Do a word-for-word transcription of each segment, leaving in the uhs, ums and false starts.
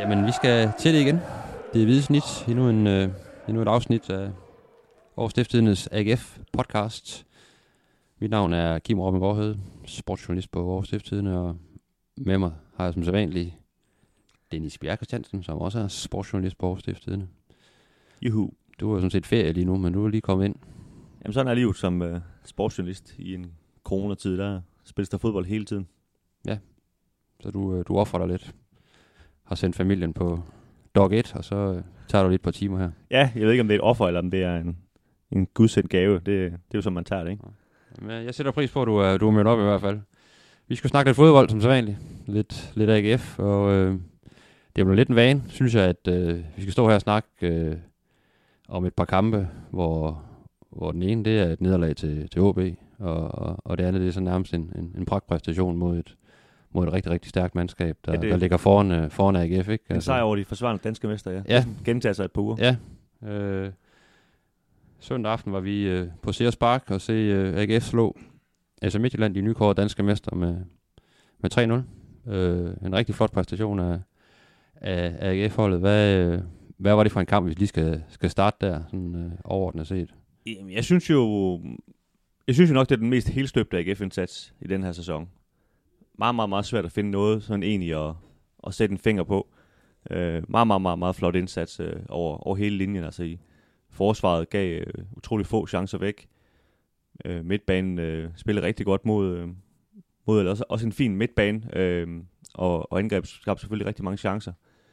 Jamen, vi skal til det igen. Det er Hvide Snit. Endnu, en, øh, endnu et afsnit af Aarhus Stiftstidendes A G F podcast. Mit navn er Kim Robin Gårdhede, sportsjournalist på Aarhus Stiftstidende, og med mig har jeg som sædvanlig Dennis Bjerg Christiansen, som også er sportsjournalist på Aarhus Stiftstidende. Juhu. Du er sådan set ferie lige nu, men du er lige kommet ind. Jamen sådan er livet som uh, sportsjournalist i en coronatid. Der spilles der fodbold hele tiden. Ja, så du, du offrer dig lidt. Har sendt familien på dog et, og så øh, tager du lidt på timer her. Ja, jeg ved ikke, om det er et offer, eller om det er en, en gudsendt gave. Det, det er jo som man tager det, ikke? Jamen, jeg sætter pris på, at du er, du er mødt op i hvert fald. Vi skal snakke lidt fodbold, som sædvanligt. Lidt, lidt A G F, og øh, det er jo lidt en vane, synes jeg, at øh, vi skal stå her og snakke øh, om et par kampe, hvor, hvor den ene, det er et nederlag til, til O B, og, og, og det andet, det er så nærmest en, en, en pragtpræstation mod et, mod et rigtig, rigtig stærkt mandskab, der, ja, der ligger foran, øh, foran A G F, ikke? En Altså, sejr over de forsvarende danske mester, ja. Ja. Gentager sig et par uger. Ja. Øh, søndag aften var vi øh, på Sears Park og se øh, A G F slå A C Midtjylland, de nykårede danske mester, med, med tre nul. Øh, en rigtig flot præstation af, af, af A G F-holdet. Hvad, øh, hvad var det for en kamp, hvis vi lige skal, skal starte der, sådan øh, overordnet set? Jamen, jeg synes jo, jeg synes jo nok, det er den mest helstøbte A G F-indsats i den her sæson. Meget, meget, meget svært at finde noget sådan egentlig at, at sætte en finger på. Øh, meget, meget, meget, meget flot indsats øh, over, over hele linjen. Altså i forsvaret gav øh, utrolig få chancer væk. Øh, midtbanen øh, spillede rigtig godt mod, øh, mod eller også, også en fin midtbane, øh, og, og angreb skabte selvfølgelig rigtig mange chancer.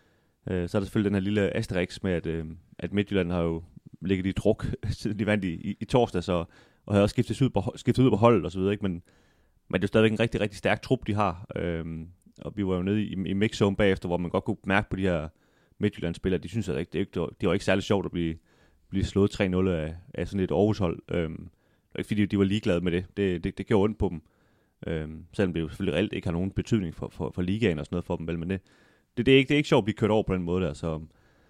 Øh, så er der selvfølgelig den her lille asterix med, at, øh, at Midtjylland har jo ligget i druk, siden de vandt i, i, i torsdag, så, og har også skiftet ud på, skiftet ud på holdet og så videre, ikke? Men, men det er jo stadigvæk en rigtig, rigtig stærk trup, de har. Øh, og vi var jo nede i, i mixzone bagefter, hvor man godt kunne mærke på de her Midtjylland-spillere, de synes, at det, ikke, det, var, det var ikke særlig sjovt at blive, blive slået tre nul af, af sådan et Aarhus-hold. Øh, Det var ikke fordi, de var ligeglade med det. Det, det, det gjorde ondt på dem. Øhm, selvom det jo selvfølgelig reelt ikke har nogen betydning for, for, for ligaen og sådan noget for dem. Men det, det, det, er ikke, det er ikke sjovt at blive kørt over på den måde der. Så,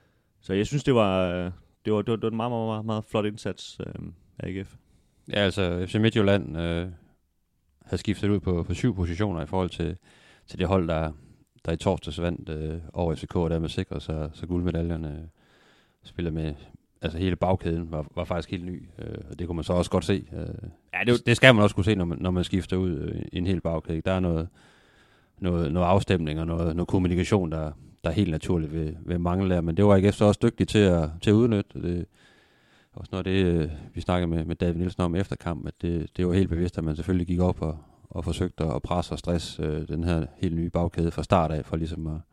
så jeg synes, det var, det var, det var, det var en meget, meget, meget, meget flot indsats øhm, af A G F. Ja, altså F C Midtjylland øh, havde skiftet ud på, på syv positioner i forhold til, til det hold, der, der i torsdags vandt øh, over F C K, og dermed sikrer sig så guldmedaljerne. Øh, spiller med... Altså hele bagkæden var, var faktisk helt ny, øh, og det kunne man så også godt se. Øh, ja, det, det skal man også kunne se, når man, når man skifter ud øh, i en hel bagkæde. Der er noget, noget, noget afstemning og noget, noget kommunikation, der, der er helt naturligt ved, ved mangle der, men det var A G F så også dygtig til at, til at udnytte. Det også noget det, øh, vi snakkede med, med David Nielsen om efter kampen, at det, det var helt bevidst, at man selvfølgelig gik op og, og forsøgte at presse og stresse øh, den her helt nye bagkæde fra start af, for ligesom at,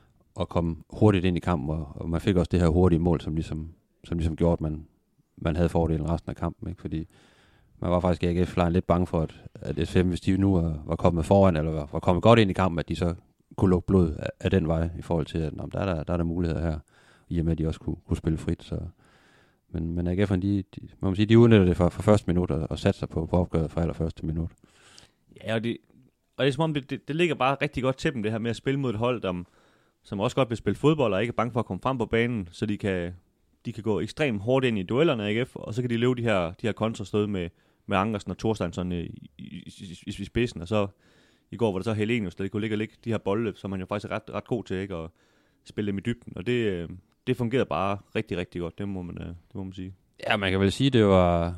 at komme hurtigt ind i kampen, og, og man fik også det her hurtige mål, som ligesom som ligesom gjorde, at man, man havde fordelen resten af kampen, ikke? Fordi man var faktisk i A G F-lejren lidt bange for, at, at S M, hvis de nu var, var kommet foran, eller var, var kommet godt ind i kampen, at de så kunne lukke blod af, af den vej, i forhold til, at nå, der, er der, der er der muligheder her, i og med, at de også kunne, kunne spille frit. Så. Men, men A G F'erne, de, de, man må sige, de udnytter det fra, fra første minut, og, og satte sig på, på opgøret fra allerførste minut. Ja, og det, og det er som om, det, det, det ligger bare rigtig godt til dem, det her med at spille mod et hold, der, som også godt vil spille fodbold, og ikke er bange for at komme frem på banen, så de kan... De kan gå ekstremt hårdt ind i duellerne af A G F, og så kan de løbe de her, de her kontrastød med, med Ankersen og Thorsteinsson i, i, i, i, i spidsen. Og så i går var der så Helenius, der kunne ligge og ligge de her bolde, som man jo faktisk er ret, ret god til, ikke, at spille dem i dybden. Og det, det fungerede bare rigtig, rigtig godt, det må man, det må man sige. Ja, man kan vel sige, det var...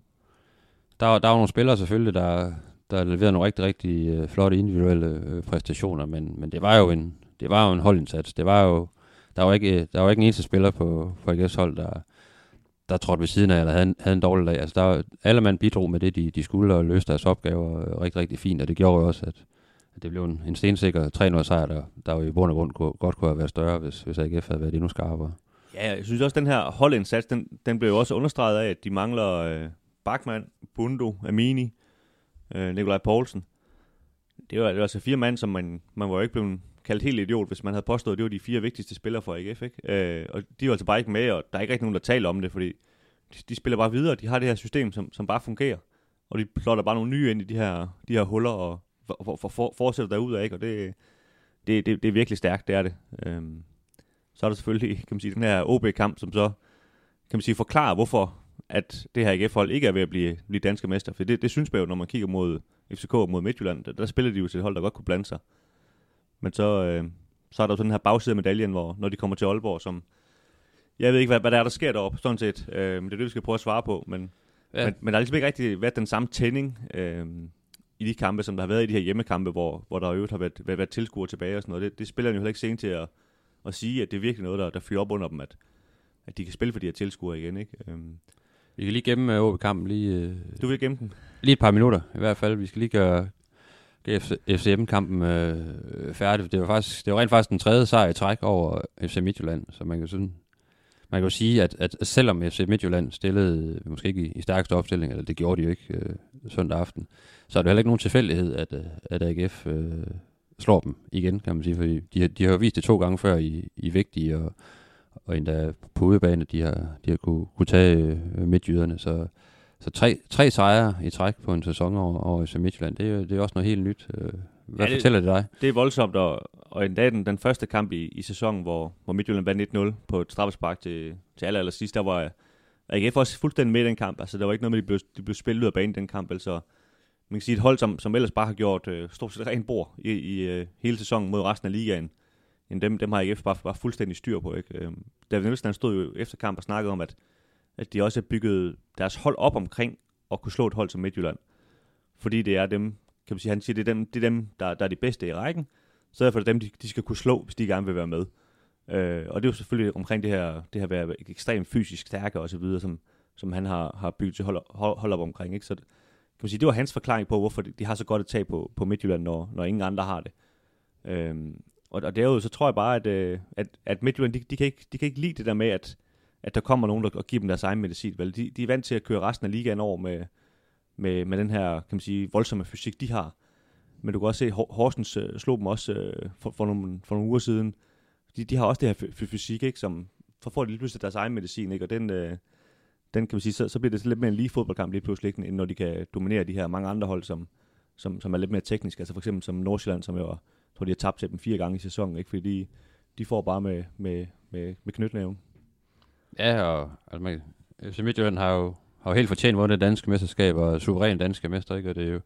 Der var, der var nogle spillere selvfølgelig, der, der leverede nogle rigtig, rigtig uh, flotte individuelle uh, præstationer, men, men det var jo en, det var jo en holdindsats. Det var jo... Der var ikke, der var ikke en eneste spiller på, på A G F's hold, der, der trådte ved siden af, eller havde en, havde en dårlig dag. Altså, der var, alle mand bidrog med det, de, de skulle, og løste deres opgaver rigtig, rigtig fint. Og det gjorde jo også, at, at det blev en, en stensikker tre nul sejr, der, der jo i bund og grund kunne, godt kunne have været større, hvis, hvis A G F havde været endnu skarpere. Ja, jeg synes også, at den her holdindsats, den, den blev jo også understreget af, at de mangler øh, Bachmann, Bundo, Amini, øh, Nikolaj Poulsen. Det var, det var altså fire mand, som man, man var jo ikke blevet... kaldt helt idiot, hvis man havde påstået, at det var de fire vigtigste spillere for A G F, ikke? Øh, og de var altså bare ikke med, og der er ikke rigtig nogen, der taler om det, fordi de, de spiller bare videre, de har det her system, som, som bare fungerer, og de plotter bare nogle nye ind i de her, de her huller, og for, for, for, for, fortsætter derudad, ikke? Og det, det, det, det er virkelig stærkt, det er det. Øh, så er der selvfølgelig, kan man sige, den her O B-kamp, som så, kan man sige, forklarer, hvorfor at det her A G F-hold ikke er ved at blive, blive danske mester, for det, det synes man jo, når man kigger mod F C K og mod Midtjylland, der, der spiller de jo til et hold, der godt kunne blande sig. Men så, øh, så er der jo den her bagside af medaljen, hvor når de kommer til Aalborg, som jeg ved ikke, hvad, hvad der er, der sker deroppe, sådan set. Øh, men det er det, vi skal prøve at svare på. Men, ja. men, men der har ligesom ikke rigtig været den samme tænding øh, i de kampe, som der har været i de her hjemmekampe, hvor, hvor der jo har været, været, været tilskuere tilbage og sådan noget. Det, det spiller jo heller ikke sent til at, at sige, at det er virkelig noget, der, der fyrer op under dem, at, at de kan spille for de her tilskuere igen, ikke? Øh. Vi kan lige gemme O B-kampen lige... Øh, du vil gemme den? Lige et par minutter, i hvert fald. Vi skal lige gøre F C M-kampen øh, færdig. Det var faktisk, det var rent faktisk den tredje sejr i træk over F C Midtjylland, så man kan sådan... Man kan jo sige, at, at selvom F C Midtjylland stillede måske ikke i, i stærkeste opstilling, eller det gjorde de jo ikke øh, søndag aften, så er det heller ikke nogen tilfældighed, at, at A G F øh, slår dem igen, kan man sige. Fordi de, de har jo vist det to gange før i, i vigtige og, og endda på udebane, de har, de har kunne, kunne tage øh, midtjyderne. Så, så tre, tre sejre i træk på en sæson over, over F C Midtjylland, det er, det er også noget helt nyt. Hvad ja, det, fortæller det dig? Det er voldsomt, og, og endda den, den første kamp i, i sæsonen, hvor, hvor Midtjylland vandt et nul på et straffespark til, til aller, aller sidst, der var A G F også fuldstændig med i den kamp. Altså, der var ikke noget med, at de blev, de blev spillet ud af banen i den kamp. Altså, man kan sige, et hold, som, som ellers bare har gjort øh, stort set rent bord i, i øh, hele sæsonen mod resten af ligaen, dem, dem har A G F bare, bare fuldstændig styr på. Ikke? Øh, David Nielsen stod jo efter kamp og snakkede om, at, at de også har bygget deres hold op omkring at kunne slå et hold som Midtjylland. Fordi det er dem, kan man sige, han siger, det er dem, det er dem der, der er de bedste i rækken, så derfor er det dem, de, de skal kunne slå, hvis de gerne vil være med. Øh, og det er jo selvfølgelig omkring det her, det her være ekstremt fysisk stærke og så videre, som, som han har, har bygget til hold, hold, hold op omkring. Ikke? Så det, kan man sige, det var hans forklaring på, hvorfor de, de har så godt et tag på, på Midtjylland, når, når ingen andre har det. Øh, og, og derudover så tror jeg bare, at, at, at Midtjylland, de, de, kan ikke, de kan ikke lide det der med, at, at der kommer nogen, der og giver dem deres egen medicin. Vel? De, de er vant til at køre resten af ligaen over med Med, med den her, kan man sige, voldsomme fysik, de har. Men du kan også se, Horsens øh, slog dem også øh, for, for, nogle, for nogle uger siden. De, de har også det her f- fysik, ikke, som for får de lige pludselig deres egen medicin, ikke, og den, øh, den kan man sige, så, så bliver det lidt mere en lige fodboldkamp lige pludselig, ikke, end når de kan dominere de her mange andre hold, som, som, som er lidt mere tekniske, altså for eksempel som Nordsjælland, som jo, tror de har tabt til dem fire gange i sæsonen, ikke, fordi de, de får bare med, med, med, med knytnæven. Ja, og altså, F C Midtjylland har jo har jo helt fortjent vundet danske mesterskab og suveræn danske mester, ikke? Og det er jo,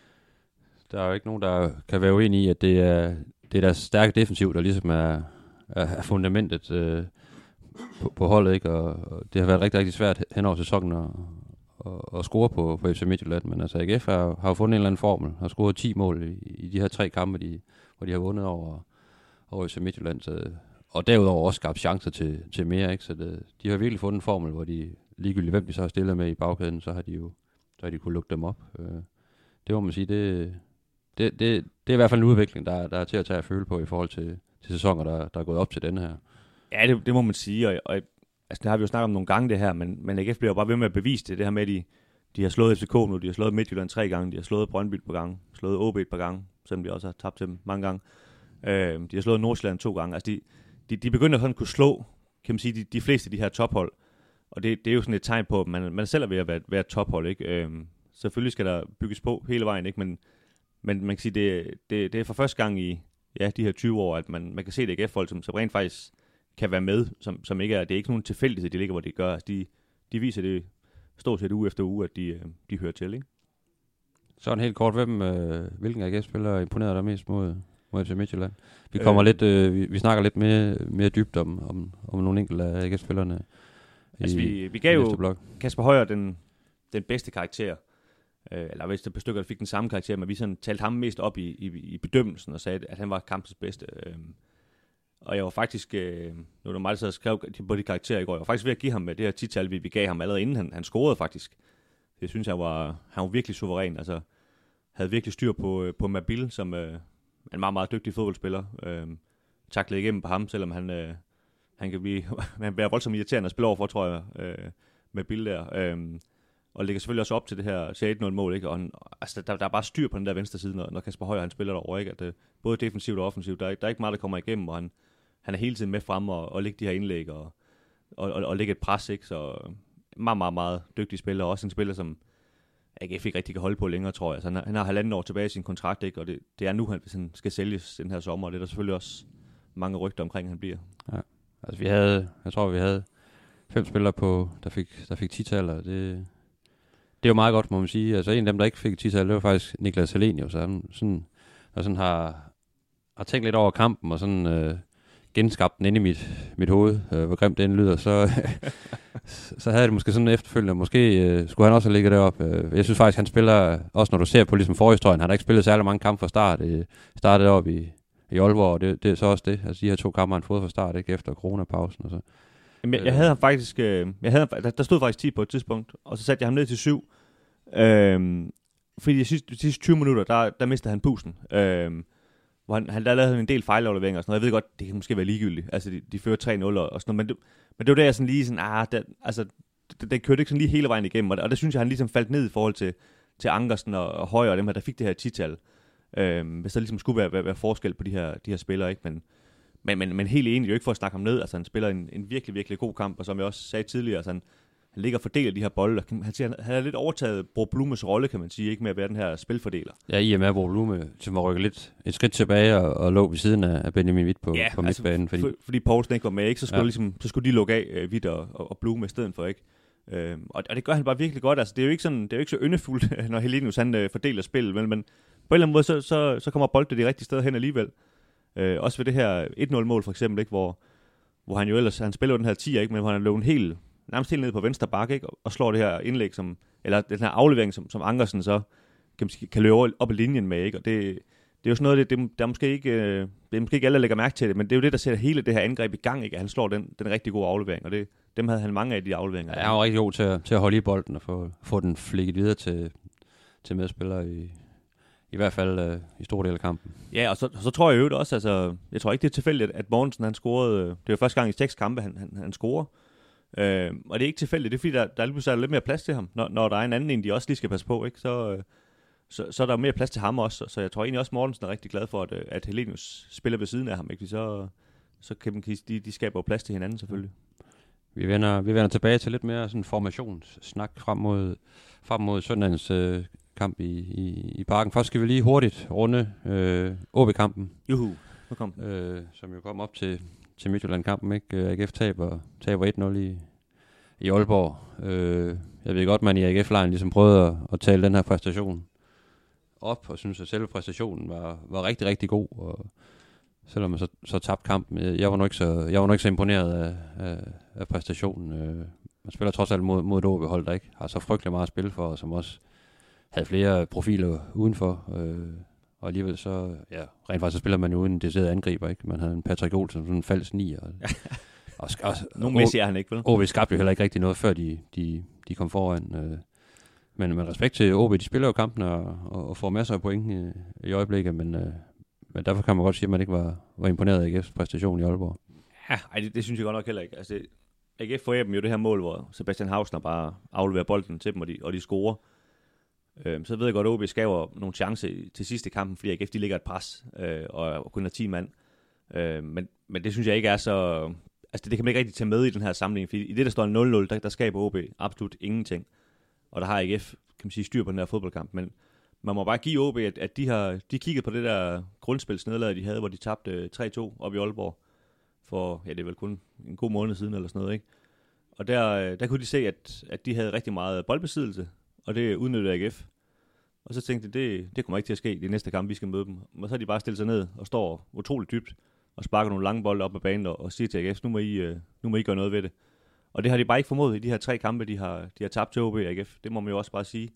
der er jo ikke nogen, der kan være uenige i, at det er, det er deres stærke defensiv, der ligesom er, er fundamentet øh, på, på holdet, ikke? Og, og det har været rigtig, rigtig svært hen over sæsonen at, at, at score på, på F C Midtjylland, men altså A G F har, har jo fundet en eller anden formel, har scoret ti mål i, i de her tre kampe, de, hvor de har vundet over, over F C Midtjylland, så, og derudover også skabt chancer til, til mere, ikke? Så det, de har virkelig fundet en formel, hvor de ligegyldigt hvem de så har stillet med i bagkæden, så har de jo så har de kunne lukke dem op. Øh, det må man sige, det, det, det, det er i hvert fald en udvikling, der, der er til at tage at føle på i forhold til, til sæsoner, der, der er gået op til denne her. Ja, det, det må man sige, og, og altså, det har vi jo snakket om nogle gange det her, men, men A G F bliver jo bare ved med at bevise det, det her med, at de, de har slået F C K nu, de har slået Midtjylland tre gange, de har slået Brøndby et par gange, slået O B et par gange, selvom de også har tabt til dem mange gange. Øh, de har slået Nordsjælland to gange. Altså, de, de, de begynder sådan at kunne slå, kan man sige, de, de fleste af de her tophold. Og det, det er jo sådan et tegn på, at man, man selv er ved at være, være tophold, ikke? Øhm, selvfølgelig skal der bygges på hele vejen, ikke? Men, men man kan sige, det, det, det er for første gang i ja, de her tyve år, at man, man kan se det A G F-hold, som, som rent faktisk kan være med, som, som ikke er, det er ikke nogen tilfældighed, de ligger, hvor de gør. Altså, de, de viser det stort set uge efter uge, at de, de hører til, ikke? Sådan helt kort, hvem, øh, hvilken A G F-spiller imponerer dig mest mod, mod F C Midtjylland? Vi kommer øh, lidt, øh, vi, vi snakker lidt mere, mere dybt om, om, om nogle enkelte af A G F-spillerne. Altså, vi, vi gav jo Kasper Højer den, den bedste karakter, øh, eller hvis der på stykker, der fik den samme karakter, men vi sådan talte ham mest op i, i, i bedømmelsen og sagde, at han var kampens bedste. Øh, og jeg var faktisk, øh, nu er det mig, der skrev på de karakterer i går, jeg var faktisk ved at give ham med det her ti-tal, vi, vi gav ham allerede inden han, han scorede faktisk. Jeg synes, han var, han var virkelig suveræn, altså havde virkelig styr på, på Mabil, som øh, er en meget, meget dygtig fodboldspiller. Øh, taklede igennem på ham, selvom han... Øh, Han kan blive, han bliver voldsomt irriterende at spille overfor, tror jeg, øh, med Bill der. Øhm, og ligger selvfølgelig også op til det her til et nul-mål, ikke? Og han, altså, der, der er bare styr på den der venstre side, når, når Kasper Højer han spiller derovre, ikke? At, øh, både defensivt og offensivt, der er, der er ikke meget, der kommer igennem, og han, han er hele tiden med frem og, og lægger de her indlæg og, og, og, og lægger et pres, ikke? Så meget, meget, meget dygtig spiller. Også en spiller, som A G F ikke rigtig kan holde på længere, tror jeg. Så han, han har halvanden år tilbage i sin kontrakt, ikke? Og det, det er nu, han, hvis han skal sælges den her sommer, og det er der selvfølgelig også mange rygter omkring, han bliver. Ja. Altså vi havde, jeg tror vi havde fem spillere på, der fik, der fik ti-taller. Det, det er jo meget godt, må man sige. Altså en af dem, der ikke fik ti-taller, det var faktisk Niklas Helenius. Så han sådan, og sådan har, har tænkt lidt over kampen, og sådan øh, genskabt den inde i mit, mit hoved, øh, hvor grimt den lyder, så, så havde det måske sådan efterfølgende, måske øh, skulle han også have ligget deroppe. Øh, jeg synes faktisk, han spiller, også når du ser på ligesom forhistorien, han har ikke spillet særlig mange kampe fra start. Øh, startede op i, i Aalborg, og det, det er så også det. Altså de her to kampe, han fået fra start, ikke efter coronapausen og så. Jamen, jeg, jeg havde ham faktisk, øh, jeg havde, der, der stod faktisk ti på et tidspunkt, og så satte jeg ham ned til syv. Øh, fordi de sidste, de sidste tyve minutter, der, der mistede han pusen. Øh, hvor han, han der lavede en del fejlafleveringer og sådan noget. Jeg ved godt, det kan måske være ligegyldigt. Altså, de, de fører tre nul og sådan noget. Men det, men det var der, jeg sådan lige sådan, ah, der, altså, det, det kørte ikke sådan lige hele vejen igennem. Og det, og det synes jeg, han ligesom faldt ned i forhold til, til Ankersen og, og Højer og dem her, der fik det her tital. Øh, hvis der ligesom skulle være, være, være forskel på de her, de her spillere, ikke? Men, men, men, men helt enig, det er jo ikke for at snakke ham ned. Altså, han spiller en, en virkelig, virkelig god kamp, og som jeg også sagde tidligere, altså, han, han ligger og fordeler de her bolde. Han, siger, han har lidt overtaget Bro Blumes rolle, kan man sige, ikke med at være den her spilfordeler. Ja, i og med at Bro Blume som var rykket lidt et skridt tilbage og, og lå ved siden af Benjamin Witt på, ja, på altså, midtbanen. Fordi, for, fordi Poulsen ikke var med, ikke? Så, skulle ja. ligesom, så skulle de lukke af uh, Witt og, og, og Blume i stedet for, ikke? Uh, og, og det gør han bare virkelig godt. Altså, det er jo ikke, sådan, det er jo ikke så yndefuldt, når Helenius han uh, fordeler spillet, men, men på en eller anden måde, så, så, så kommer bolden de rigtige steder hen alligevel. Uh, også ved det her et nul-mål for eksempel, ikke? Hvor, hvor han jo ellers, han spiller jo den her tier, ikke? Men hvor han løber en helt nærmest helt ned på venstre bakke, ikke? Og slår det her indlæg, som, eller den her aflevering, som, som Ankersen så kan, kan løbe op i linjen med, ikke? Og det, det er jo sådan noget, det, det, der er måske ikke, det er måske ikke alle, der lægger mærke til det, men det er jo det, der sætter hele det her angreb i gang, ikke? At han slår den, den rigtig gode aflevering, og det, dem havde han mange af de afleveringer. Ja, han var rigtig god til at, til at holde i bolden og få, få den flikket videre til, til medspillere i, i hvert fald øh, i store del af kampen. Ja, og så, så tror jeg jo også, altså, jeg tror ikke, det er tilfældigt, at Mortensen, han scorede, det var første gang i seks kampe, han, han, han scorer. Øh, og det er ikke tilfældigt, det er fordi, der, der er lige lidt mere plads til ham. Når, når der er en anden en, de også lige skal passe på, ikke? Så, øh, så, så er der mere plads til ham også. Så jeg tror egentlig også, Mortensen er rigtig glad for, at, at Helenius spiller ved siden af ham. Ikke? Så, så kan man, de, de skaber jo plads til hinanden selvfølgelig. Vi vender, vi vender tilbage til lidt mere sådan formationssnak frem mod, frem mod søndagens øh, kamp i, i, i parken. Først skal vi lige hurtigt runde øh, O B-kampen. Juhu, nu kom den. Øh, som jo kom op til... til Midtjylland-kampen, ikke? A G F taber, taber et nul i, i Aalborg. Øh, jeg ved godt, man i A G F-lejen ligesom prøvede at, at tale den her præstation op, og synes, at selve præstationen var, var rigtig, rigtig god. Og selvom man så, så tabte kampen, jeg var nok ikke så, jeg var nok ikke så imponeret af, af, af præstationen. Øh, man spiller trods alt mod, mod et O B-hold, der ikke har så frygtelig meget at spille for, og som også havde flere profiler udenfor. Øh, Og alligevel så, ja, rent faktisk så spiller man jo uden decideret angriber, ikke? Man havde en Patrick Olsen, sådan en falsk nier. Og, og, og, Nogen med siger han ikke, vel? O B skabte jo heller ikke rigtig noget, før de, de, de kom foran. Øh. Men med respekt til O B, de spiller jo kampen og, og, og får masser af point i, i øjeblikket, men, øh, men derfor kan man godt sige, at man ikke var, var imponeret af A G F's præstation i Aalborg. Ja, ej, det, det synes jeg godt nok heller ikke. Altså, A G F får dem jo det her mål, hvor Sebastian Hausner bare afleverer bolden til dem, og de, og de scorer. Øh, så ved jeg godt, at O B skaber nogle chancer til sidste kampen, fordi A G F de ligger et pres øh, og, og kun er ti mand. Øh, men, men det synes jeg ikke er så... Altså det, det kan man ikke rigtig tage med i den her samling, fordi i det, der står nul nul, der, der skaber O B absolut ingenting. Og der har A G F, kan man sige, styr på den her fodboldkamp. Men man må bare give O B, at, at de har de kiggede på det der grundspilsnederlag, de havde, hvor de tabte tre to op i Aalborg. For, ja, det er vel kun en god måned siden eller sådan noget, ikke? Og der, der kunne de se, at, at de havde rigtig meget boldbesiddelse, og det udnyttede A G F. Og så tænkte de, det, det kommer ikke til at ske i de næste kampe, vi skal møde dem. Og så har de bare stillet sig ned og står utroligt dybt og sparker nogle lange bolde op ad banen og, og siger til A G F, nu må, I, nu må I gøre noget ved det. Og det har de bare ikke formået i de her tre kampe, de har, de har tabt til O B og A G F. Det må man jo også bare sige.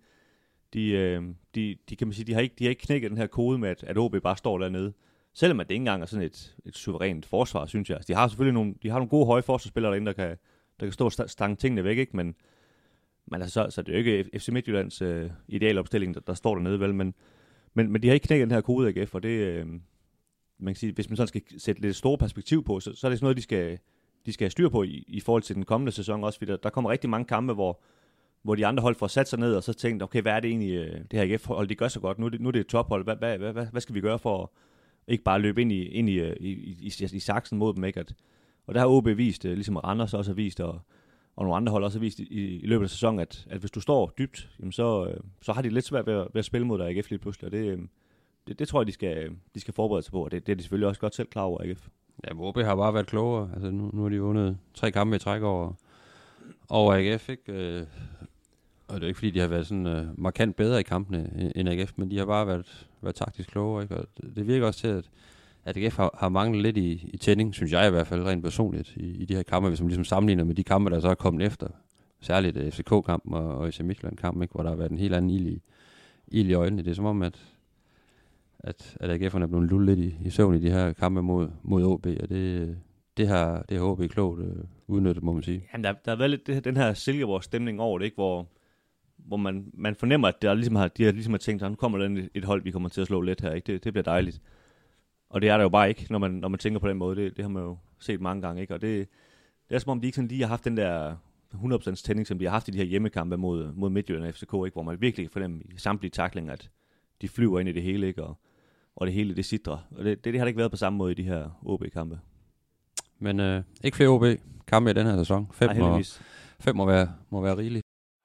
De, de, de, kan man sige, de, har ikke, de har ikke knækket den her kode med, at, at O B bare står dernede. Selvom at det ikke engang er sådan et, et suverænt forsvar, synes jeg. Altså, de har selvfølgelig nogle, de har nogle gode høje forsvarsspillere derinde, der kan, der kan stå og stange tingene væk, ikke? Men, men altså, så, så det er jo ikke F C Midtjyllands øh, idealopstilling, der, der står dernede, vel? Men, men, men de har ikke knækket den her kode, A G F, og det, øh, man kan sige, hvis man sådan skal sætte lidt store perspektiv på, så, så er det sådan noget, de skal, de skal have styr på i, i forhold til den kommende sæson også, fordi der, der kommer rigtig mange kampe, hvor, hvor de andre hold får sat sig ned og så tænkt, okay, hvad er det egentlig, det her A G F-hold, de gør så godt, nu er det, nu er det et tophold, hvad, hvad, hvad, hvad skal vi gøre for at ikke bare løbe ind i, ind i, i, i, i, i saksen mod dem, ikke? At, og der har O B vist, ligesom Randers også har vist, og, og nogle andre hold også har vist i, i løbet af sæsonen, at, at hvis du står dybt, jamen så, så har de lidt svært ved at, ved at spille mod dig, A G F lige pludselig, og det, det, det tror jeg, de skal, de skal forberede sig på, og det, det er de selvfølgelig også godt selv klar over, A G F. Ja, O B har bare været klogere, altså nu, nu har de vundet tre kampe i træk over, over A G F, ikke? Øh, og det er ikke fordi, de har været sådan uh, markant bedre i kampene end A G F, men de har bare været, været taktisk klogere, ikke? Og det, det virker også til, at, at A G F har, har manglet lidt i, i tænding, synes jeg i hvert fald, rent personligt, i, i de her kampe, hvis man ligesom sammenligner med de kampe, der så er kommet efter. Særligt F C K-kampen og, og F C Midtjylland-kampen, ikke, hvor der har været en helt anden ild i, ild i øjnene. Det er som om, at, at, at A G F'erne er blevet lullet lidt i, i søvn i de her kampe mod, mod O B, og det, det har, det har O B klogt øh, udnyttet, må man sige. Jamen, der, der har været lidt det, den her Silkeborg-stemning over det, ikke, hvor, hvor man, man fornemmer, at der ligesom har, de har ligesom har tænkt, at nu kommer der et, et hold, vi kommer til at slå lidt her. Ikke? Det, det bliver dejligt. Og det er der jo bare ikke, når man, når man tænker på den måde. Det, det har man jo set mange gange. Ikke? Og det, det er som om, de ikke sådan lige har haft den der hundrede procent tænding, som de har haft i de her hjemmekampe mod, mod Midtjylland og F C K, ikke? Hvor man virkelig kan fornemme i samtlige tacklinger, at de flyver ind i det hele, ikke? Og, og det hele, det sidder. Og det, det, det har det ikke været på samme måde i de her O B-kampe. Men øh, ikke flere O B-kampe i den her sæson. Fem, Nej, må, fem må, være, må være rigeligt.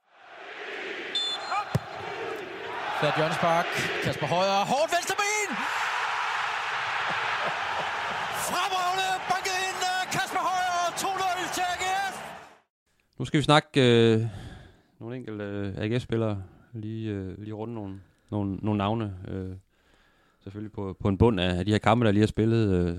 Færd Jørgenspark. Kasper Højer. Hårdt venstreben! Fremragende banket ind. Kasper Højer. to nul til A G F. Nu skal vi snakke øh, nogle enkelte øh, A G F-spillere. Lige, øh, lige runde nogle, nogle, nogle navne. Øh, selvfølgelig på, på en bund af, af de her kampe, der lige har spillet. Øh,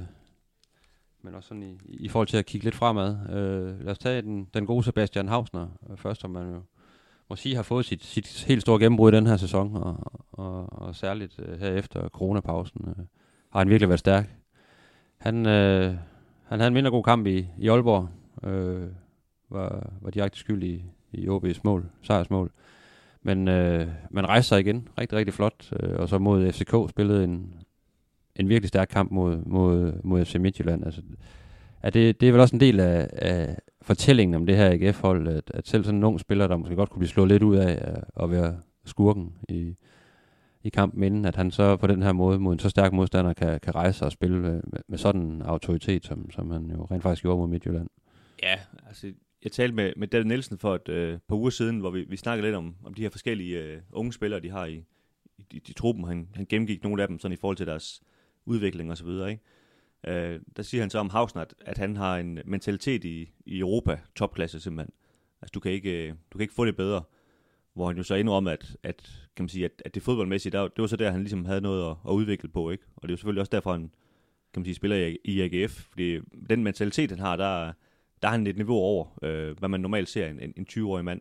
men også sådan i, i forhold til at kigge lidt fremad. Øh, lad os tage den, den gode Sebastian Hausner. Øh, først, som man jo må sige har fået sit, sit helt store gennembrud i den her sæson. Og, og, og særligt øh, her efter coronapausen øh, har han virkelig været stærk. Han, øh, han havde en mindre god kamp i, i Aalborg. Øh, var, var direkte skyld i, i O B's mål, sejrsmål. Men øh, man rejste sig igen, rigtig, rigtig flot. Øh, og så mod F C K spillede en, en virkelig stærk kamp mod, mod, mod F C Midtjylland. Altså, er det, det er vel også en del af, af fortællingen om det her A G F-hold, at, at selv sådan en ung spiller, der måske godt kunne blive slået lidt ud af at være skurken i, i kampen inden, at han så på den her måde mod en så stærk modstander kan, kan rejse sig og spille med, med sådan en autoritet, som, som han jo rent faktisk gjorde mod Midtjylland. Ja, altså jeg talte med, med David Nielsen for et øh, par uger siden, hvor vi, vi snakkede lidt om, om de her forskellige øh, unge spillere, de har i, i, i, i truppen. Han, han gennemgik nogle af dem sådan i forhold til deres udvikling og så videre, ikke? Øh, der siger han så om Hausner, at, at han har en mentalitet i, i Europa, topklasse simpelthen. Altså du kan ikke, du kan ikke få det bedre. Hvor han jo så indrømmer, at, at, kan man sige, at, at det fodboldmæssigt, der, det var så der, han ligesom havde noget at, at udvikle på, ikke? Og det er jo selvfølgelig også derfor, han kan man sige, spiller i, i A G F. Fordi den mentalitet, han har, der, der er han et niveau over, øh, hvad man normalt ser en, en tyve-årig mand.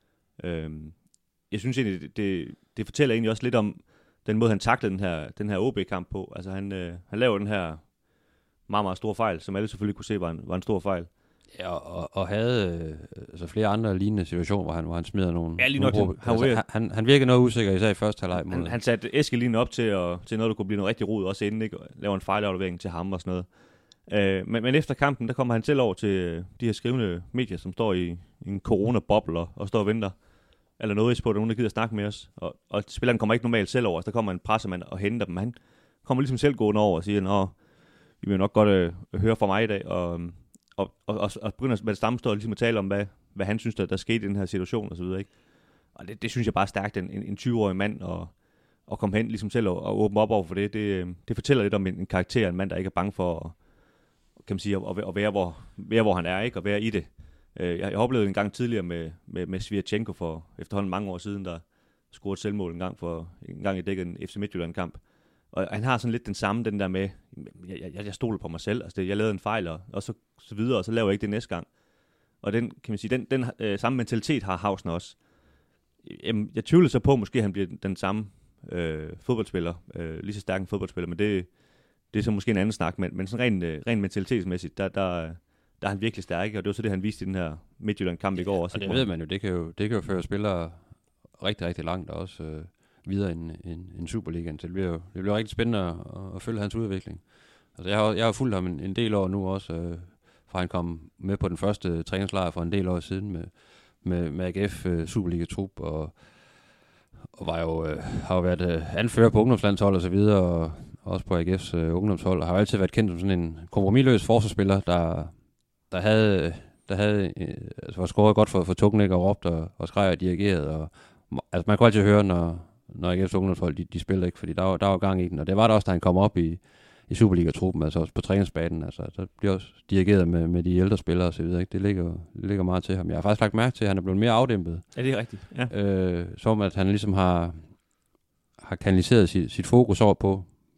Øh, jeg synes egentlig, det, det, det fortæller egentlig også lidt om den måde, han taklede den her, den her O B-kamp på. Altså han, øh, han laver den her meget, meget store fejl, som alle selvfølgelig kunne se var en, var en stor fejl. Ja, og, og havde øh, altså flere andre lignende situationer, hvor han, hvor han smider nogle... Ja, lige nok. Nogle han, altså, han, han virkede noget usikker, især i første halvleg. Han, han satte Eskelin op til, at, til noget, der kunne blive noget rigtig rod, også inden, ikke? Og laver en fejlaflevering til ham og sådan noget. Øh, men, men efter kampen, der kommer han selv over til de her skrivende medier, som står i, i en corona-boble og, og står og venter. Eller noget på, at nogen der gider snakke med os. Og, og spilleren kommer ikke normalt selv over, så der kommer en pressemand og henter dem. Han kommer ligesom selv gående over og siger, nå, vi vil nok godt øh, høre fra mig i dag, og... Og, og, og, og begynder med det samme stå ligesom at tale om, hvad, hvad han synes, der, der skete i den her situation og så videre, ikke? Og det, det synes jeg bare er stærkt, en, en tyve-årig mand, og, og komme hen ligesom selv og, og åbne op over for det. Det, det fortæller lidt om en, en karakter, en mand, der ikke er bange for at, kan man sige, at, at være, hvor, være, hvor han er, ikke? Og være i det. Jeg, jeg oplevede en gang tidligere med, med, med Svirchenko for efterhånden mange år siden, der scorede et selvmål en gang, for, en gang i dækket en F C Midtjylland-kamp. Og han har sådan lidt den samme, den der med, jeg, jeg, jeg stoler på mig selv, altså det, jeg lavede en fejl, og, og så, så videre, og så laver jeg ikke det næste gang. Og den, kan man sige, den, den øh, samme mentalitet har Hausner også. Jamen, jeg tvivler så på, at måske han bliver den, den samme øh, fodboldspiller, øh, lige så stærk en fodboldspiller, men det, det er så måske en anden snak, men, men sådan rent, øh, rent mentalitetsmæssigt, der, der, der er han virkelig stærk, og det var så det, han viste i den her Midtjylland-kamp i går også. Og det ved man jo, det kan jo, det kan jo føre spillere rigtig, rigtig langt også, øh. videre end en, en Superligaen. Så det bliver jo det bliver rigtig spændende at, at følge hans udvikling. Altså jeg har jeg har fulgt ham en, en del år nu også, øh, fra han kom med på den første træningslejr for en del år siden med med, med A G F øh, Superliga-trup, og, og var jo øh, har jo været øh, anfører på ungdomslandshold og så videre, og også på A G F's øh, ungdomshold, og har jo altid været kendt som sådan en kompromisløs forsvarsspiller, der der havde der havde øh, altså var scoret godt for for Tugnik og råbt og, og skreg og dirigeret, og altså man kunne altid høre, når når A G F's ungdomshold, de, de spiller ikke, fordi der var, der var gang i den, og det var der også, da han kom op i, i Superliga-truppen, altså også på træningsbanen, altså så bliver også dirigeret med, med de ældre spillere og så videre, ikke? Det ligger, det ligger meget til ham. Jeg har faktisk lagt mærke til, at han er blevet mere afdæmpet. Ja, det er rigtigt. Ja. Øh, som at han ligesom har, har kanaliseret sit, sit fokus over på,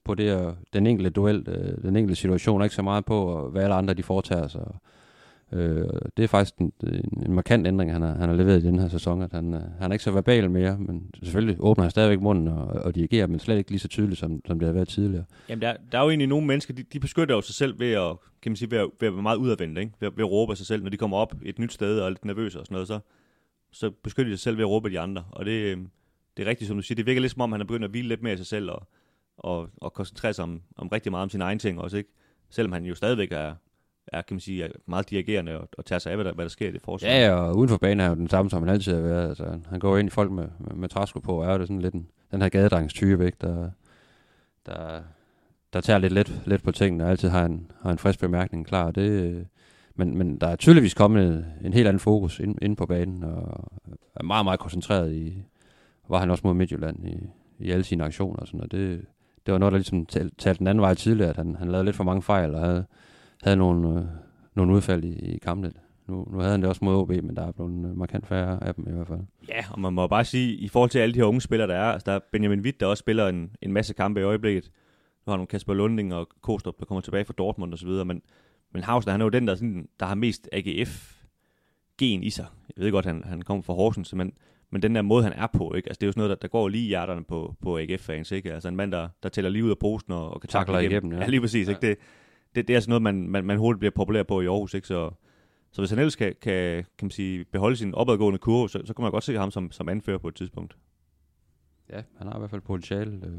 på det, og den enkelte duel, øh, den enkelte situation, og ikke så meget på, hvad alle andre de foretager sig. Øh, det er faktisk en, en, en markant ændring, han har, han har leveret i den her sæson, at han, han er ikke så verbal mere, men selvfølgelig åbner han stadigvæk munden og, og dirigerer, men slet ikke lige så tydeligt, som, som det har været tidligere. Jamen, der, der er jo egentlig nogle mennesker, de, de beskytter jo sig selv ved at, kan man sige, ved at, ved at være meget udadvendt, ikke? Ved, ved at råbe af sig selv, når de kommer op et nyt sted og er lidt nervøse og sådan noget, så, så beskytter de sig selv ved at råbe af de andre, og det, det er rigtigt, som du siger, det virker lidt som om, han er begyndt at hvile lidt mere i sig selv og, og, og koncentrere sig om, om rigtig meget om sine egne ting også, ikke? Selvom han jo stadigvæk er er, kan man sige, er meget dirigerende og, og tager sig af, hvad der, hvad der sker i det forsvar. Ja, og uden for banen er jo den samme, som han altid har været. Altså, han går ind i folk med, med, med træsko på, og er jo det sådan lidt en, den her gadedrengstype, ikke? Der, der, der tager lidt let, let på tingene, og altid har en, har en frisk bemærkning klar. Det, men, men der er tydeligvis kommet en helt anden fokus ind, inde på banen, og er meget, meget koncentreret i, var han også mod Midtjylland i, i alle sine aktioner og sådan noget. Det, det var noget, der ligesom talte den anden vej tidligere, at han, han lavede lidt for mange fejl, og havde havde nogle, øh, nogle udfald i, i kampene. Nu, nu havde han det også mod O B, men der er blevet øh, markant færre af dem i hvert fald. Ja, og man må bare sige, i forhold til alle de her unge spillere, der er, altså der er Benjamin Witt, der også spiller en, en masse kampe i øjeblikket. Nu har nogle Kasper Lunding og Kostrup, der kommer tilbage fra Dortmund og så videre, men, men Hausner, han er jo den, der, sådan, der har mest A G F-gen i sig. Jeg ved godt, han, han kommer fra Horsens, men, men den der måde, han er på, ikke? Altså, det er jo sådan noget, der, der går lige i hjerterne på, på A G F-fans, ikke? Altså en mand, der, der tæller lige ud af posen og, og kan takle igennem. igennem ja. ja, lige præcis, ja. Ikke? Det, Det, det er sådan noget, man, man, man hurtigt bliver populær på i Aarhus, ikke? Så, så hvis han ellers kan, kan, kan man sige, beholde sin opadgående kurve, så, så kan man godt se ham som, som anfører på et tidspunkt. Ja, han har i hvert fald potentiale, øh,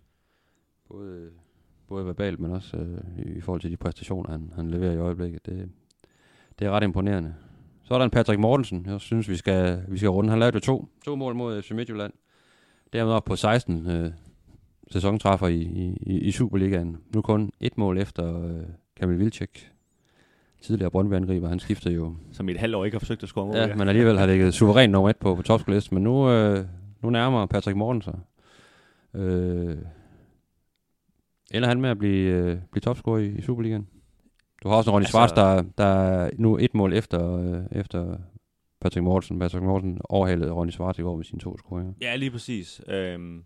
både, både verbalt, men også øh, i, i forhold til de præstationer, han, han leverer i øjeblikket. Det, det er ret imponerende. Så er der en Patrick Mortensen, jeg synes, vi skal, vi skal runde. Han lavede jo to, to mål mod F C Midtjylland. Dermed op på seksten øh, sæsontræffer i, i, i Superligaen. Nu kun et mål efter øh, Kamil Vilcek, tidligere Brøndby-angriber. Han skiftede jo... Som i et halvt år ikke har forsøgt at score mål. Ja, ja, men alligevel har ligget suverænt nummer et på, på topskolisten. Men nu, øh, nu nærmer Patrick Morten sig. Øh, ender han med at blive, øh, blive topscorer i, i Superligaen? Du har også en Ronny altså, Schwarz, der, der er nu et mål efter, øh, efter Patrick Mortensen. Patrick Mortensen overhalede Ronny Schwarz i går med sine to scoringer. Ja, lige præcis. Øhm,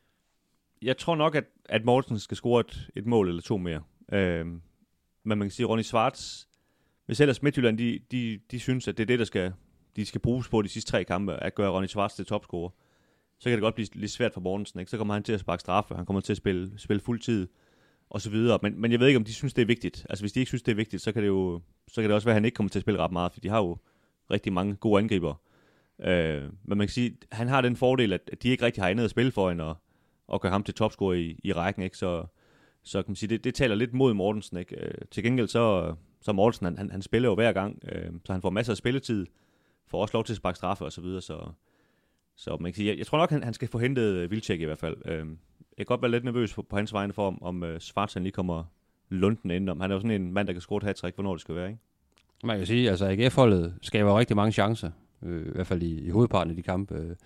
jeg tror nok, at, at Mortensen skal score et, et mål eller to mere. Øhm, men man kan sige, at Ronny Schwarz, hvis ellers Midtjylland, de, de, de synes, at det er det, der skal, de skal bruges på de sidste tre kampe, at gøre Ronny Schwarz til topscorer, så kan det godt blive lidt svært for Mortensen. Ikke? Så kommer han til at sparke straffe, han kommer til at spille, spille fuld tid, og så videre. Men, men jeg ved ikke, om de synes, det er vigtigt. Altså, hvis de ikke synes, det er vigtigt, så kan det jo så kan det også være, at han ikke kommer til at spille ret meget, for de har jo rigtig mange gode angriber. Øh, men man kan sige, at han har den fordel, at de ikke rigtig har andet at spille for, end at, at gøre ham til topscorer i, i rækken. Ikke? Så, så kan man sige, det, det taler lidt mod Mortensen. Ikke? Øh, til gengæld så, så Mortensen, han, han, han spiller jo hver gang, øh, så han får masser af spilletid, får også lov til at sparke straffe og så videre. Så, så man kan sige, jeg, jeg tror nok, han, han skal få hentet Vilcek i hvert fald. Øh, jeg kan godt være lidt nervøs på, på hans vegne for, om, om uh, Schwarz han lige kommer lunden ind. Om han er jo sådan en mand, der kan score et hat-trick, hvornår det skal være, ikke? Man kan sige, altså A G F-holdet skaber rigtig mange chancer, øh, i hvert fald i, i hovedparten af de kampe, øh,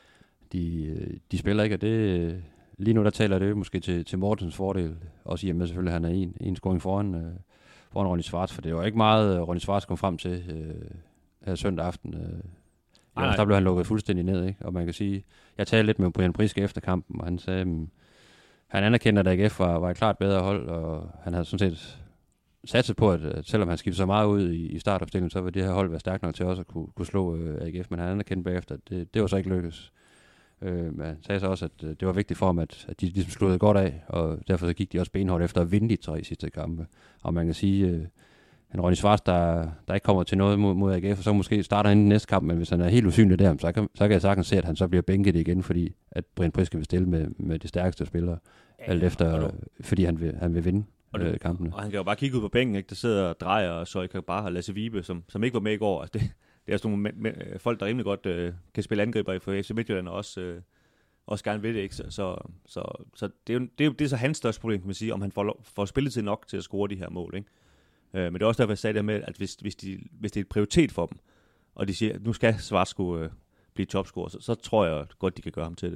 de, de spiller ikke, og det, øh, lige nu der taler det måske til, til Mortens fordel, også i og med selvfølgelig, at han er en, en scoring foran, øh, foran Ronny Schwarz, for det var ikke meget, Ronny Schwarz kom frem til øh, her søndag aften. Øh, ja, der blev han lukket fuldstændig ned, ikke? Og man kan sige, jeg talte lidt med Brian Priske efter kampen, og han sagde, um, han anerkender, at A G F var, var et klart bedre hold, og han havde sådan set satset på, at, at selvom han skiftede så meget ud i, i startopstillingen, så ville det her hold være stærkt nok til også at kunne, kunne slå uh, A G F, men han anerkendte bagefter, at det, det var så ikke lykkes. Uh, men han sagde så også, at uh, det var vigtigt for ham, at, at de ligesom sluttede godt af, og derfor så gik de også benhårdt efter at vinde de tre sidste kampe. Og man kan sige, uh, en Ronny Schwarz, der, der ikke kommer til noget mod, mod A G F, og så måske starter han i næste kamp, men hvis han er helt usynlig der, så kan, så kan jeg sagtens se, at han så bliver bænket igen, fordi at Brian Priske vil stille med, med de stærkeste spillere, ja, alt efter, fordi han vil, han vil vinde og øh, kampene. Og han kan jo bare kigge ud på bænken, ikke? Der sidder Drejer og så kan bare have Lasse Vibe, som, som ikke var med i går. Altså det, det er sådan nogle med, med, folk, der rimelig godt øh, kan spille angriber for F C Midtjylland, og også, øh, også gerne vil det, ikke? Så, så, så, så det, er jo, det, er jo, det er så hans største problem, kan man sige, om han får, får spilletid nok til at score de her mål, ikke? Øh, men det er også derfor, jeg sagde det med, at hvis, hvis, de, hvis det er et prioritet for dem, og de siger, at nu skal Schwarz øh, blive topscorer, så, så tror jeg godt, de kan gøre ham til det.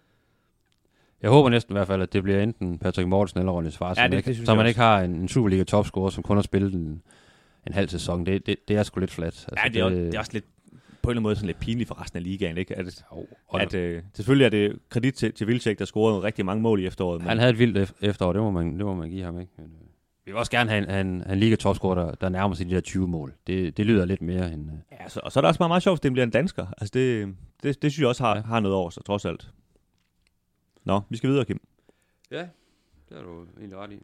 Jeg håber næsten i hvert fald, at det bliver enten Patrick Mortensen eller Ronny Schwarz, ja, det, det, så man ikke har en, en Superliga-topscorer, som kun har spillet en, en halv sæson. Det, det, det er sgu lidt flat. Altså, ja, det er, det, det er også lidt på en eller anden måde sådan lidt pinligt for resten af ligaen, ikke? At, Jo, at, øh, selvfølgelig er det kredit til, til Wilczek, der scorede rigtig mange mål i efteråret. Men han havde et vildt efterår, det må man, det må man give ham, ikke? Men, øh, vi vil også gerne have en, have en, en liga-topscorer, der, der nærmer sig de der tyve mål. Det, det lyder lidt mere end... Øh. Ja, så, og så er det også meget, meget sjovt, at det bliver en dansker. Altså det, det, det synes jeg også har, Ja. har noget over sig, trods alt. Nå, vi skal videre, Kim. Ja, det er du egentlig ret i.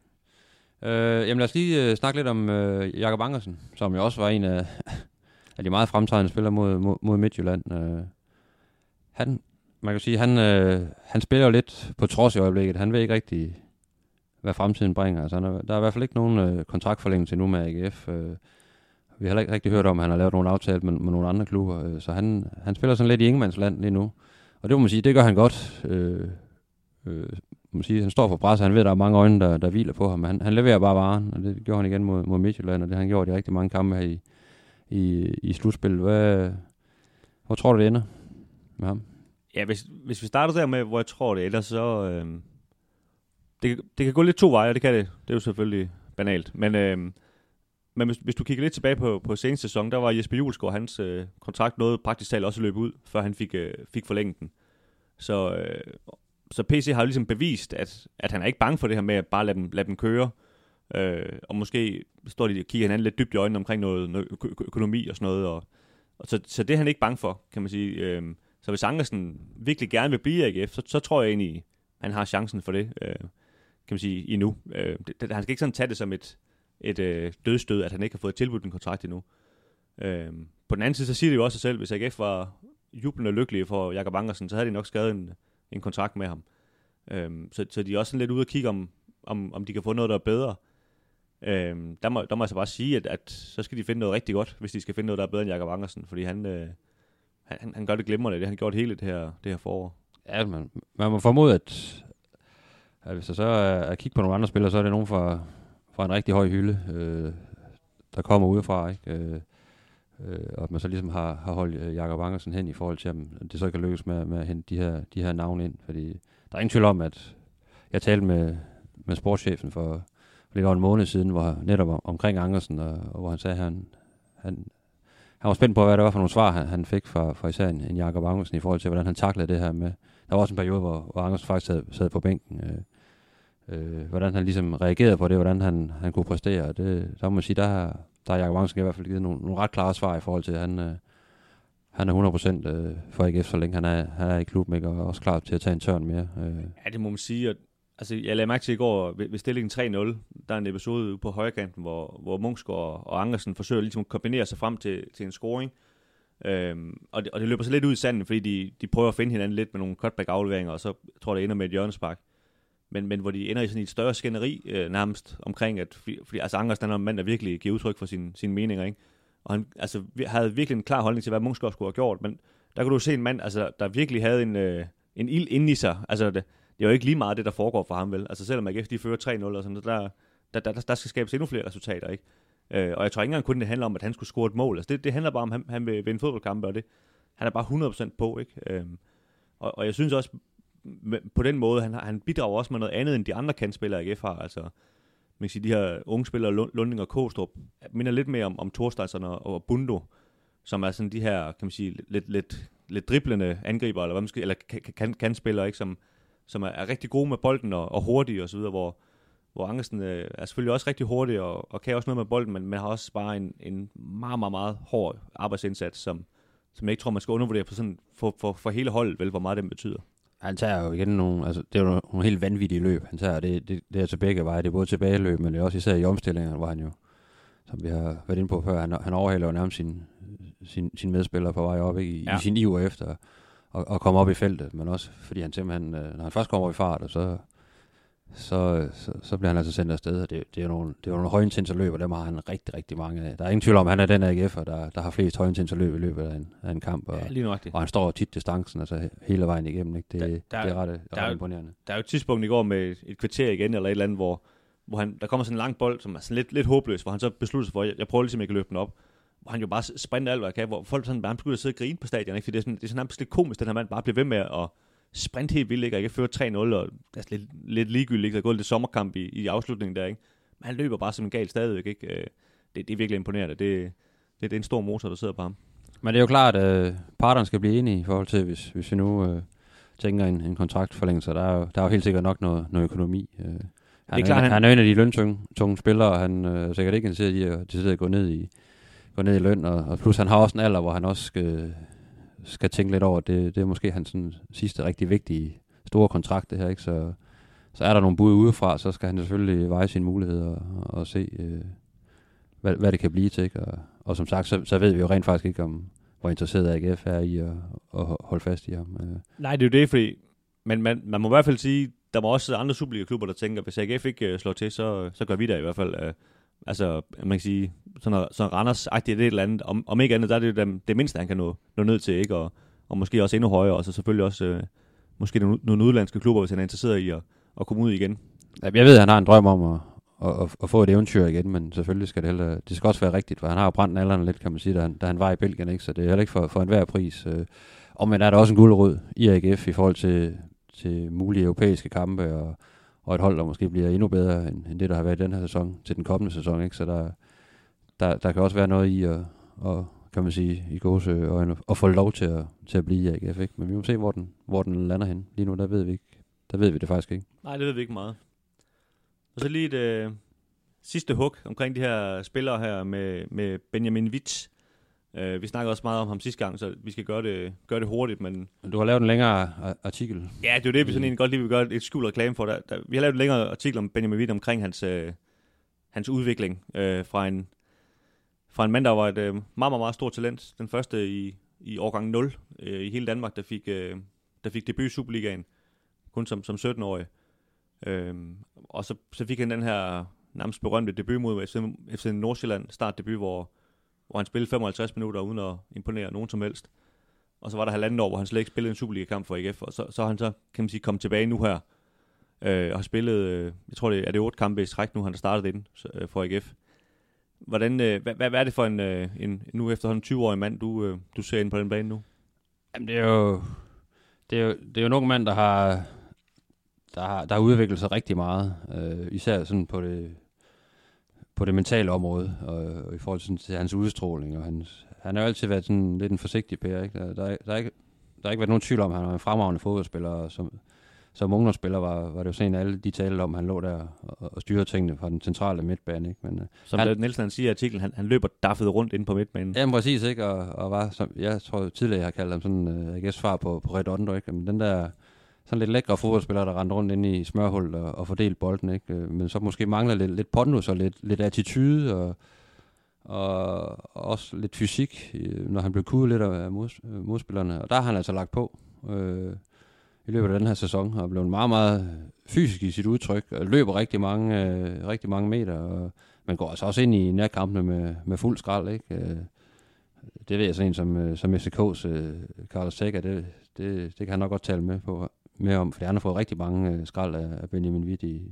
Øh, jamen lad os lige øh, snakke lidt om øh, Jakob Ankersen, som jo også var en af, af de meget fremtrædende spillere mod, mod, mod Midtjylland. Øh, han, man kan sige, han, øh, han spiller jo lidt på trods i øjeblikket. Han ved ikke rigtig, hvad fremtiden bringer. Altså, han er, der er i hvert fald ikke nogen øh, kontraktforlængelse endnu med A G F. Øh, vi har heller ikke rigtig hørt om, at han har lavet nogle aftaler med, med nogle andre klubber. Øh, så han, han spiller sådan lidt i ingenmandsland lige nu. Og det må man sige, det gør han godt. Øh, øh, man sige, han står for pres, han ved, at der er mange øjne, der, der hviler på ham, men han, han leverer bare varen, og det gjorde han igen mod, mod Midtjylland, og det har han gjort i rigtig mange kampe her i, i, i slutspillet. Hvad, hvor tror du, det ender med ham? Ja, hvis, hvis vi starter der med, hvor jeg tror det, ellers så... Øh, det, det kan gå lidt to veje, det kan det. Det er jo selvfølgelig banalt. Men, øh, men hvis, hvis du kigger lidt tilbage på, på seneste sæson, der var Jesper Julesgaard, hans øh, kontrakt nåede praktisk talt også løb ud, før han fik, øh, fik forlænget den. Så... Øh, Så P C har jo ligesom bevist, at, at han er ikke bange for det her med at bare lade dem, lade dem køre. Øh, og måske står de og kigger hinanden lidt dybt i øjnene omkring noget, noget ø- økonomi og sådan noget. Og, og så, så det er han ikke bange for, kan man sige. Øh, så hvis Ankersen virkelig gerne vil blive i A G F, så, så tror jeg egentlig, at han har chancen for det, øh, kan man sige, endnu. Øh, det, det, han skal ikke sådan tage det som et, et øh, dødstød, at han ikke har fået tilbudt en kontrakt endnu. Øh, på den anden side, så siger det jo også sig selv, hvis A G F var jublende lykkelige for Jakob Ankersen, så havde de nok skrevet en... en kontrakt med ham. Øhm, så, så de er også sådan lidt ude at kigge, om, om, om de kan få noget, der er bedre. Øhm, der, må, der må jeg så bare sige, at, at så skal de finde noget rigtig godt, hvis de skal finde noget, der er bedre end Jakob Ankersen, fordi han, øh, han, han gør det glimrende, det han gjort hele det her, det her forår. Ja, man, man må formode, at, at hvis der så er at kigge på nogle andre spillere, så er det nogen fra, fra en rigtig høj hylde, øh, der kommer udefra, ikke? Øh, Øh, og at man så ligesom har, har holdt øh, Jakob Ankersen hen i forhold til, om det så kan lykkes med, med at hente de her, de her navne ind. Fordi der er ingen tvivl om, at jeg talte med, med sportschefen for, for lidt over en måned siden, hvor netop om, omkring Ankersen, og, og hvor han sagde, at han, han, han var spændt på, hvad det var for nogle svar, han, han fik fra, fra især en, en Jakob Ankersen i forhold til, hvordan han taklede det her med. Der var også en periode, hvor, hvor Ankersen faktisk sad, sad på bænken. Øh, øh, hvordan han ligesom reagerede på det, hvordan han, han kunne præstere. Det, der må man sige, der har Der har Jakob Ankersen i hvert fald givet nogle, nogle ret klare svar i forhold til, at han, øh, han er hundrede procent øh, for A G F, så længe han er, han er i klubben, ikke, og er også klar til at tage en tørn mere. Øh. Ja, det må man sige. At, altså, jeg lagde mærke til i går, ved, ved stillingen tre nul, der er en episode på højrekanten, hvor, hvor Munchsgaard og Ankersen forsøger ligesom at kombinere sig frem til, til en scoring. Øhm, og, det, og det løber så lidt ud i sanden, fordi de, de prøver at finde hinanden lidt med nogle cutback-afleveringer, og så tror jeg, det ender med et hjørnespark. Men, men hvor de ender i sådan et større skænderi øh, nærmest omkring, at fordi, fordi altså Ankersen er en mand, der virkelig giver udtryk for sine, sine meninger, ikke? Og han altså, havde virkelig en klar holdning til, hvad Munchsgaard skulle have gjort, men der kunne du se en mand, altså, der virkelig havde en, øh, en ild inde i sig. Altså, det, det er jo ikke lige meget det, der foregår for ham, vel? Altså, selvom A G F de fører tre nul og sådan, der, der, der, der skal skabes endnu flere resultater, ikke? Øh, og jeg tror ikke engang kun, det handler om, at han skulle score et mål. Altså, det, det handler bare om, at han, han vil vinde fodboldkampe, og det, han er bare hundrede procent på, ikke? Øh, og, og jeg synes også, på den måde, han, han bidrager også med noget andet, end de andre kantspillere, A G F har. Altså, man kan sige, de her unge spillere, Lunding og Kåstrup, minder lidt mere om, om Thorsteinsson og, og Bundo, som er sådan de her, kan man sige, lidt, lidt, lidt driblende angriber, eller hvad man skal, eller kan, kan spillere, ikke, som, som er, er rigtig gode med bolden og, og hurtige og så videre, hvor, hvor Ankersen øh, er selvfølgelig også rigtig hurtig og, og kan også noget med bolden, men man har også bare en, en meget, meget, meget hård arbejdsindsats, som, som jeg ikke tror, man skal undervurdere for, sådan, for, for, for hele holdet, vel, hvor meget det betyder. Han tager jo igen nogle, altså det er jo nogle helt vanvittige løb, han tager, det, det, det er til begge veje, det er både tilbageløb, men det er også især i omstillingerne, hvor han jo, som vi har været inde på før, han, han overhælder jo nærmest sin, sin, sin medspillere på vej op, ikke, i, ja. i sin iver efter at, at komme op i feltet, men også fordi han simpelthen, når han først kommer op i fart, og så, så, så, så bliver han altså sendt afsted, og det, det er jo nogle, det er jo nogle højintense løb, og dem har han rigtig, rigtig mange af. Der er ingen tvivl om, at han er den A G F'er, der, der har flest højintense løb i løbet af en, af en kamp, og, ja, og han står tit distancen, altså hele vejen igennem, ikke? Det, der, der, det er ret, ret der, imponerende. Der er jo et tidspunkt i går med et, et kvarter igen, eller et eller andet, hvor, hvor han, der kommer sådan en lang bold, som er sådan lidt, lidt håbløs, hvor han så beslutter sig for, jeg, jeg prøver ligesom ikke at løbe den op, hvor han jo bare sprinter alt, hvad jeg kan, hvor folk sådan bare begynder at sidde og grine på stadion, ikke? Fordi det er sådan, det er sådan lidt komisk, den her mand bare bliver ved med at sprinte helt vildt, ikke? Og ikke føre tre nul, og altså lidt, lidt ligegyldigt, ikke? Der er gået lidt sommerkamp i, i afslutningen der, ikke? Men han løber bare som en gal stadigvæk, ikke? Det, det er virkelig imponerende. Det, det, det er en stor motor, der sidder på ham. Men det er jo klart, at øh, parterne skal blive enige i forhold til, hvis, hvis vi nu øh, tænker en, en kontraktforlængelse. Der er, jo, der er jo helt sikkert nok noget, noget økonomi. Øh, han, er er klart, en, han... han er en af de løntunge tunge spillere, og han øh, er sikkert ikke interesseret i at, at gå ned i, gå ned i løn. Og, og plus han har også en alder, hvor han også skal, skal tænke lidt over, det, det er måske hans sådan, sidste rigtig vigtige store kontrakt, det her, ikke? Så, så er der nogle bud udefra, så skal han selvfølgelig veje sine muligheder og, og se, øh, hvad, hvad det kan blive til. Ikke? Og, og som sagt, så, så ved vi jo rent faktisk ikke, om hvor interesseret A G F er i at, at holde fast i ham. Nej, det er jo det, fordi men man, man må i hvert fald sige, der må også andre Superliga-klubber, der tænker, hvis A G F ikke uh, slår til, så, så gør vi der i hvert fald. Uh, altså, man kan sige, sådan, sådan Randers-agtigt det et eller andet. Om, om ikke andet, der er det det, det mindste, han kan nå, nå ned til, ikke? Og, og måske også endnu højere, og så selvfølgelig også uh, måske nogle, nogle udlandske klubber, hvis han er interesseret i at, at komme ud igen. Jeg ved, at han har en drøm om at, at, at få et eventyr igen, men selvfølgelig skal det heller, det skal også være rigtigt, for han har jo brændt alderen lidt, kan man sige, da han, da han var i Belgien, ikke? Så det er heller ikke for, for enhver pris. Uh, og men er der også en guldrød i A G F i forhold til, til mulige europæiske kampe, og, og et hold, der måske bliver endnu bedre, end, end det, der har været i den her sæson, til den kommende sæson, ikke? Så der, der, der kan også være noget i at, og, kan man sige, i gåseøjne, at få lov til at, til at blive i A G F, ikke? Men vi må se, hvor den, hvor den lander hen. Lige nu, der ved vi ikke. Der ved vi det faktisk ikke. Nej, det ved vi ikke meget. Og så lige et øh, sidste hug omkring de her spillere her med, med Benjamin Witt. Uh, vi snakkede også meget om ham sidste gang, så vi skal gøre det, gøre det hurtigt. Men du har lavet en længere artikel. Ja, det er jo det, vi sådan egentlig godt lige vil gøre et skjult reklame for. Der, der, vi har lavet en længere artikel om Benjamin Witt omkring hans, øh, hans udvikling øh, fra, en, fra en mand, der var et øh, meget, meget, meget stort talent. Den første i, i årgang nul øh, i hele Danmark, der fik, øh, der fik debut i Superligaen, kun som, som sytten-årig. Øh, og så, så fik han den her nærmest berømte debut mod F C Nordsjælland, startdebut, hvor hvor han spillede femoghalvtreds minutter uden at imponere nogen som helst. Og så var der halvandet år, hvor han slet ikke spillede en Superliga-kamp for A G F, og så, så har han så, kan man sige, kommet tilbage nu her, øh, og har spillet, øh, jeg tror det er det otte kampe i træk nu, han har startet ind øh, for A G F. Hvordan, øh, hvad, hvad er det for en, øh, en nu efterhånden tyve-årig mand, du, øh, du ser ind på den bane nu? Jamen det er jo, det er jo, det er jo nogle mand, der har, der har, der har udviklet sig rigtig meget, øh, især sådan på det, på det mentale område, og, og i forhold til, sådan, til hans udstråling, og hans, han har jo altid været sådan lidt en forsigtig pære, ikke? Der, der, der, er ikke, der har ikke været nogen tvivl om, at han var en fremragende fodboldspiller, og som, som ungdomsspiller var, var det jo sådan, alle de talte om, han lå der og, og styrede tingene fra den centrale midtbane, ikke? Men, som han, Nielsen han siger i artiklen, han, han løber daffet rundt inde på midtbanen. Ja, præcis, ikke? Og, og var, som jeg tror tidligere, jeg har kaldt ham sådan, uh, jeg svar på, på Redondo, ikke? Men den der sådan lidt lækre fodboldspillere, der rendte rundt inde i smørhullet og, og fordelte bolden, ikke? Men så måske mangler lidt, lidt pondus og lidt, lidt attitude og, og også lidt fysik, når han blev kudet lidt af mod, modspillerne. Og der har han altså lagt på øh, i løbet af den her sæson og blevet meget, meget fysisk i sit udtryk og løber rigtig mange, øh, rigtig mange meter. Og man går altså også ind i nærkampene med, med fuld skrald, ikke? Det ved jeg sådan en som, som S K's øh, Carlos Tega, det, det, det kan han nok godt tale med på. Med om, for han har fået rigtig mange øh, skrald af, af Benjamin Witt i,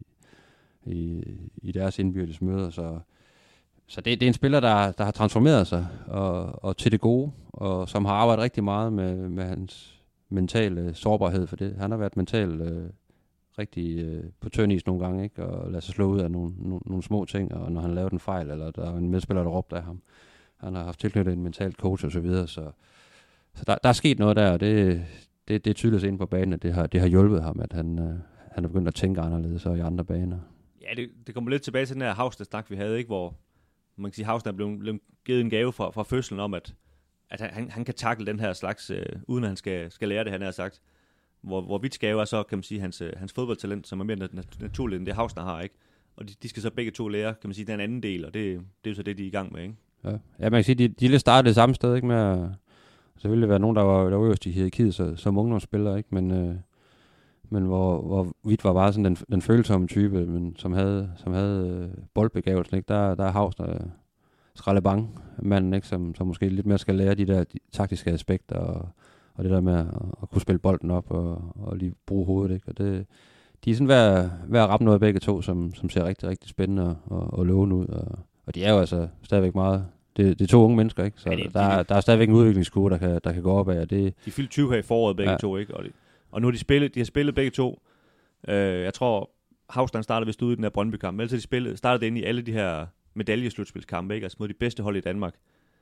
i, i deres indbyrdes møder, så, så det, det er en spiller, der, der har transformeret sig og, og til det gode, og som har arbejdet rigtig meget med, med hans mentale sårbarhed, for det. Han har været mentalt øh, rigtig øh, på tynd is nogle gange, ikke? Og lader sig slå ud af nogle, nogle, nogle små ting, og når han laver en fejl, eller der er en medspiller, der råbte af ham. Han har haft tilknyttet en mental coach og så videre, så, så der, der er sket noget der, og det Det, det er tydeligt inde på banen, at det har, det har hjulpet ham, at han, øh, han er begyndt at tænke anderledes og i andre baner. Ja, det, det kommer lidt tilbage til den her Hausner-snak, vi havde, ikke, hvor man kan sige, Hausner er blevet, blevet givet en gave fra, fra fødslen om, at, at han, han kan takle den her slags, øh, uden at han skal, skal lære det, han har sagt. Hvor, hvor Witts gave er så, kan man sige, hans, hans fodboldtalent, som er mere naturligt end det Hausner har, ikke? Og de, de skal så begge to lære, kan man sige, den anden del, og det, det er jo så det, de er i gang med, ikke? Ja, ja man kan sige, de, de lidt startede det samme sted, ikke, med at selvfølgelig være nogen, der var der øverst i hierarkiet så, som ungdomsspillere, ikke? Men, øh, men hvor, hvor Witt var bare sådan den, den følsomme type, men som havde, som havde øh, boldbegavelsen, ikke? Der, der er Hausner øh, skraldebang manden, ikke? Som, som måske lidt mere skal lære de der de taktiske aspekter, og, og det der med at, at kunne spille bolden op, og, og lige bruge hovedet, ikke? Og det, de er sådan ved, ved at rappe noget begge to, som, som ser rigtig, rigtig spændende og, og lovende ud, og, og de er jo altså stadigvæk meget. Det, det er to unge mennesker, ikke? Så ja, det, der, de, der er stadigvæk en udviklingskurve, der kan, der kan gå op af. Det, de fyldte tyve her i foråret begge ja. to, ikke? Og, de, og nu har de spillet, de har spillet begge to. Uh, jeg tror, Hausner startede vist ude i den her Brøndby-kamp. Ellers har de spillet, startede ind i alle de her medaljeslutspilskampe, ikke? Altså mod de bedste hold i Danmark.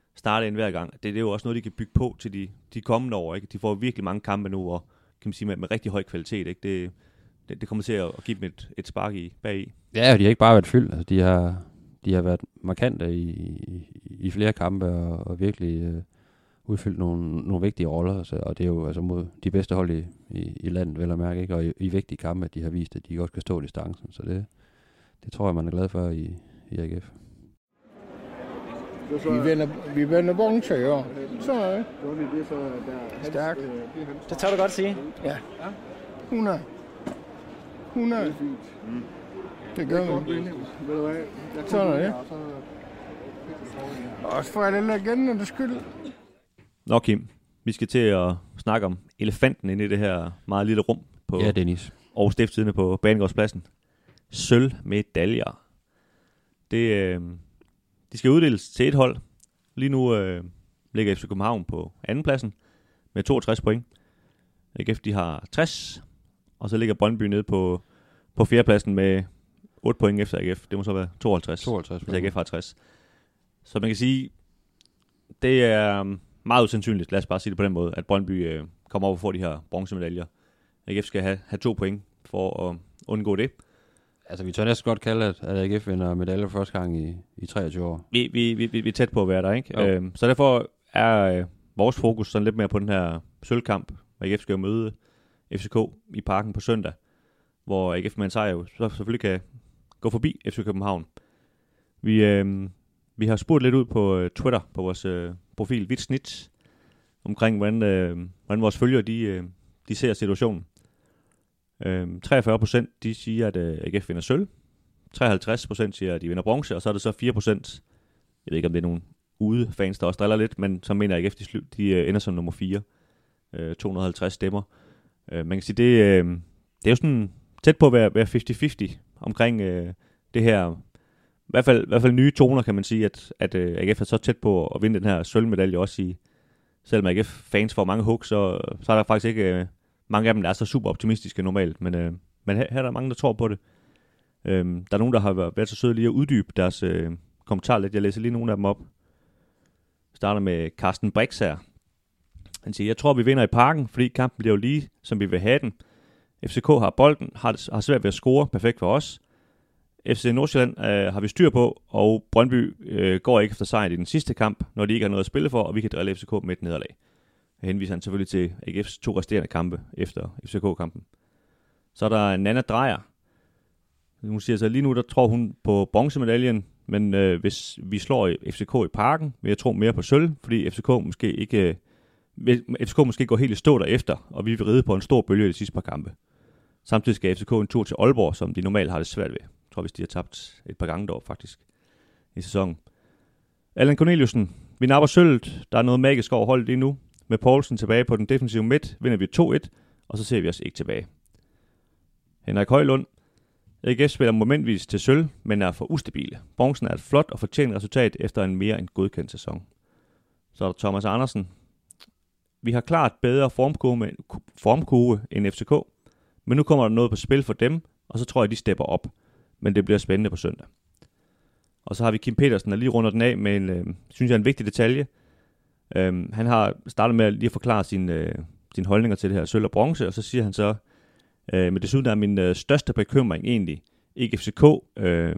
starte ind hver gang. Det, det er jo også noget, de kan bygge på til de, de kommende år. Ikke? De får virkelig mange kampe nu, og kan man sige, med, med rigtig høj kvalitet. Ikke? Det, det, det kommer til at, at give dem et, et spark i, bag i. Ja, og de har ikke bare været fyldt. Altså, de, har, de har været markante i, i, i flere kampe, og, og virkelig øh, udfyldt nogle, nogle vigtige roller. Altså, og det er jo altså mod de bedste hold i, i, i landet, vel at mærke. Ikke? Og i, i vigtige kampe, at de har vist, at de også kan stå distancen. Så det, det tror jeg, man er glad for i, i A G F. Vi vender, vi vender bronze i år. Så er det. Stærkt. Det tør du godt sige. Ja. hundrede. hundrede. Mm. Det gør vi. Så er det. Også for alle legendernes skyld. Nå Kim, vi skal til at snakke om elefanten inde i det her meget lille rum på ja, Dennis. Aarhus Stiftstidende på Banegårdspladsen. Sølvmedaljer. Det, øh, de skal uddeles til et hold. Lige nu øh, ligger F C København på andenpladsen med toogtres point. A G F de har tres, og så ligger Brøndby nede på, på fjerdepladsen med otte point efter A G F. Det må så være tooghalvtreds, tooghalvtreds hvis A G F har tres. Så man kan sige, det er meget usandsynligt, lad os bare sige det på den måde, at Brøndby øh, kommer op og får de her bronzemedaljer. A G F skal have, have to point for at undgå det. Altså, vi tør næsten godt kalde, at A G F vinder medaljer første gang i, i treogtyve år. Vi, vi, vi, vi er tæt på at være der, ikke? Øhm, så derfor er øh, vores fokus sådan lidt mere på den her sølvkamp. A G F skal jo møde F C K i Parken på søndag, hvor A G F med en sejr jo så selvfølgelig kan gå forbi F C København. Vi, øh, vi har spurgt lidt ud på øh, Twitter, på vores øh, profil Vitsnit, omkring hvordan, øh, hvordan vores følgere de, øh, de ser situationen. Øhm, treogfyrre procent de siger, at øh, A G F vinder sølv. treoghalvtreds procent siger, at de vinder bronze. Og så er det så fire procent, jeg ved ikke, om det er nogle udefans, der også driller lidt, men så mener A G F, de, slu- de øh, ender som nummer fire. Øh, to hundrede og halvtreds stemmer. Øh, man kan sige, det, øh, det er jo sådan tæt på at være, være halvtreds halvtreds omkring øh, det her. I hvert fald, i hvert fald nye toner, kan man sige, at, at øh, A G F er så tæt på at vinde den her sølvmedalje også i. Selvom A G F-fans får mange hug, så, så er der faktisk ikke... Øh, mange af dem der er så super optimistiske normalt, men, øh, men her, her er der mange, der tror på det. Øhm, der er nogen, der har været så søde lige at uddybe deres øh, kommentarer lidt. Jeg læser lige nogle af dem op. Jeg starter med Carsten Brix her. Han siger, jeg tror, vi vinder i Parken, fordi kampen bliver jo lige, som vi vil have den. F C K har bolden, har, har svært ved at score, perfekt for os. F C Nordsjælland øh, har vi styr på, og Brøndby øh, går ikke efter sejren i den sidste kamp, når de ikke har noget at spille for, og vi kan drille F C K med et nederlag. Jeg henviser han selvfølgelig til A G F's to resterende kampe efter F C K-kampen. Så er der Nana Drejer. Hun siger så, lige nu der tror hun på bronzemedaljen, men øh, hvis vi slår F C K i Parken, vil jeg tro mere på sølv, fordi F C K måske ikke øh, F C K måske går helt i stå derefter, og vi vil ride på en stor bølge i de sidste par kampe. Samtidig skal F C K en tur til Aalborg, som de normalt har det svært ved. Jeg tror, hvis de har tabt et par gange dog faktisk i sæsonen. Allan Corneliusen, vi napper sølvet. Der er noget magisk over holdet lige nu. Med Poulsen tilbage på den defensive midt, vinder vi to et, og så ser vi os ikke tilbage. Henrik Højlund. A G F spiller momentvis til sølv, men er for ustabile. Bronzen er et flot og fortjent resultat efter en mere end godkendt sæson. Så er der Thomas Andersen. Vi har klart bedre formkurve, formkurve end F C K, men nu kommer der noget på spil for dem, og så tror jeg, de stepper op. Men det bliver spændende på søndag. Og så har vi Kim Petersen, der lige runder den af med en, øh, synes jeg, en vigtig detalje. Um, han har startet med at lige at forklare sine, uh, sine holdninger til det her sølv og bronze, og så siger han så, uh, men desuden er min uh, største bekymring egentlig ikke F C K, uh,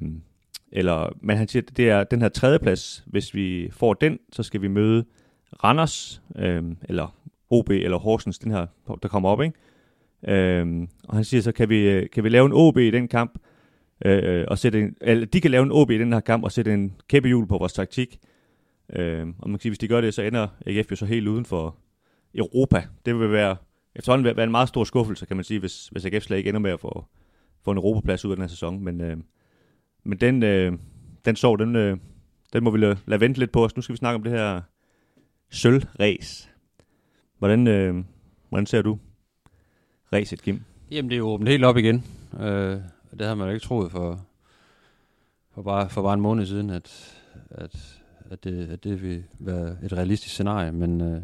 eller, men han siger, at det er den her tredjeplads. Hvis vi får den, så skal vi møde Randers, uh, eller O B, eller Horsens, den her, der kommer op, ikke? Uh, og han siger så, kan vi, kan vi lave en O B i den kamp, uh, og sætte en, eller de kan lave en O B i den her kamp, og sætte en kæppehjul på vores taktik. Øh, og man kan sige, hvis de gør det, så ender A G F jo så helt uden for Europa. Det vil være, efterhånden være en meget stor skuffelse, kan man sige, hvis, hvis A G F slet ikke ender med at få, få en Europaplads ud af den her sæson. Men, øh, men den, øh, den sov, den, øh, den må vi lade, lade vente lidt på os. Nu skal vi snakke om det her sølvræs. Hvordan, øh, hvordan ser du ræset, Kim? Jamen, det er jo åbent helt op igen. Øh, det havde man jo ikke troet for, for, bare, for bare en måned siden, at, at At det, at det vil være et realistisk scenarie, men, øh,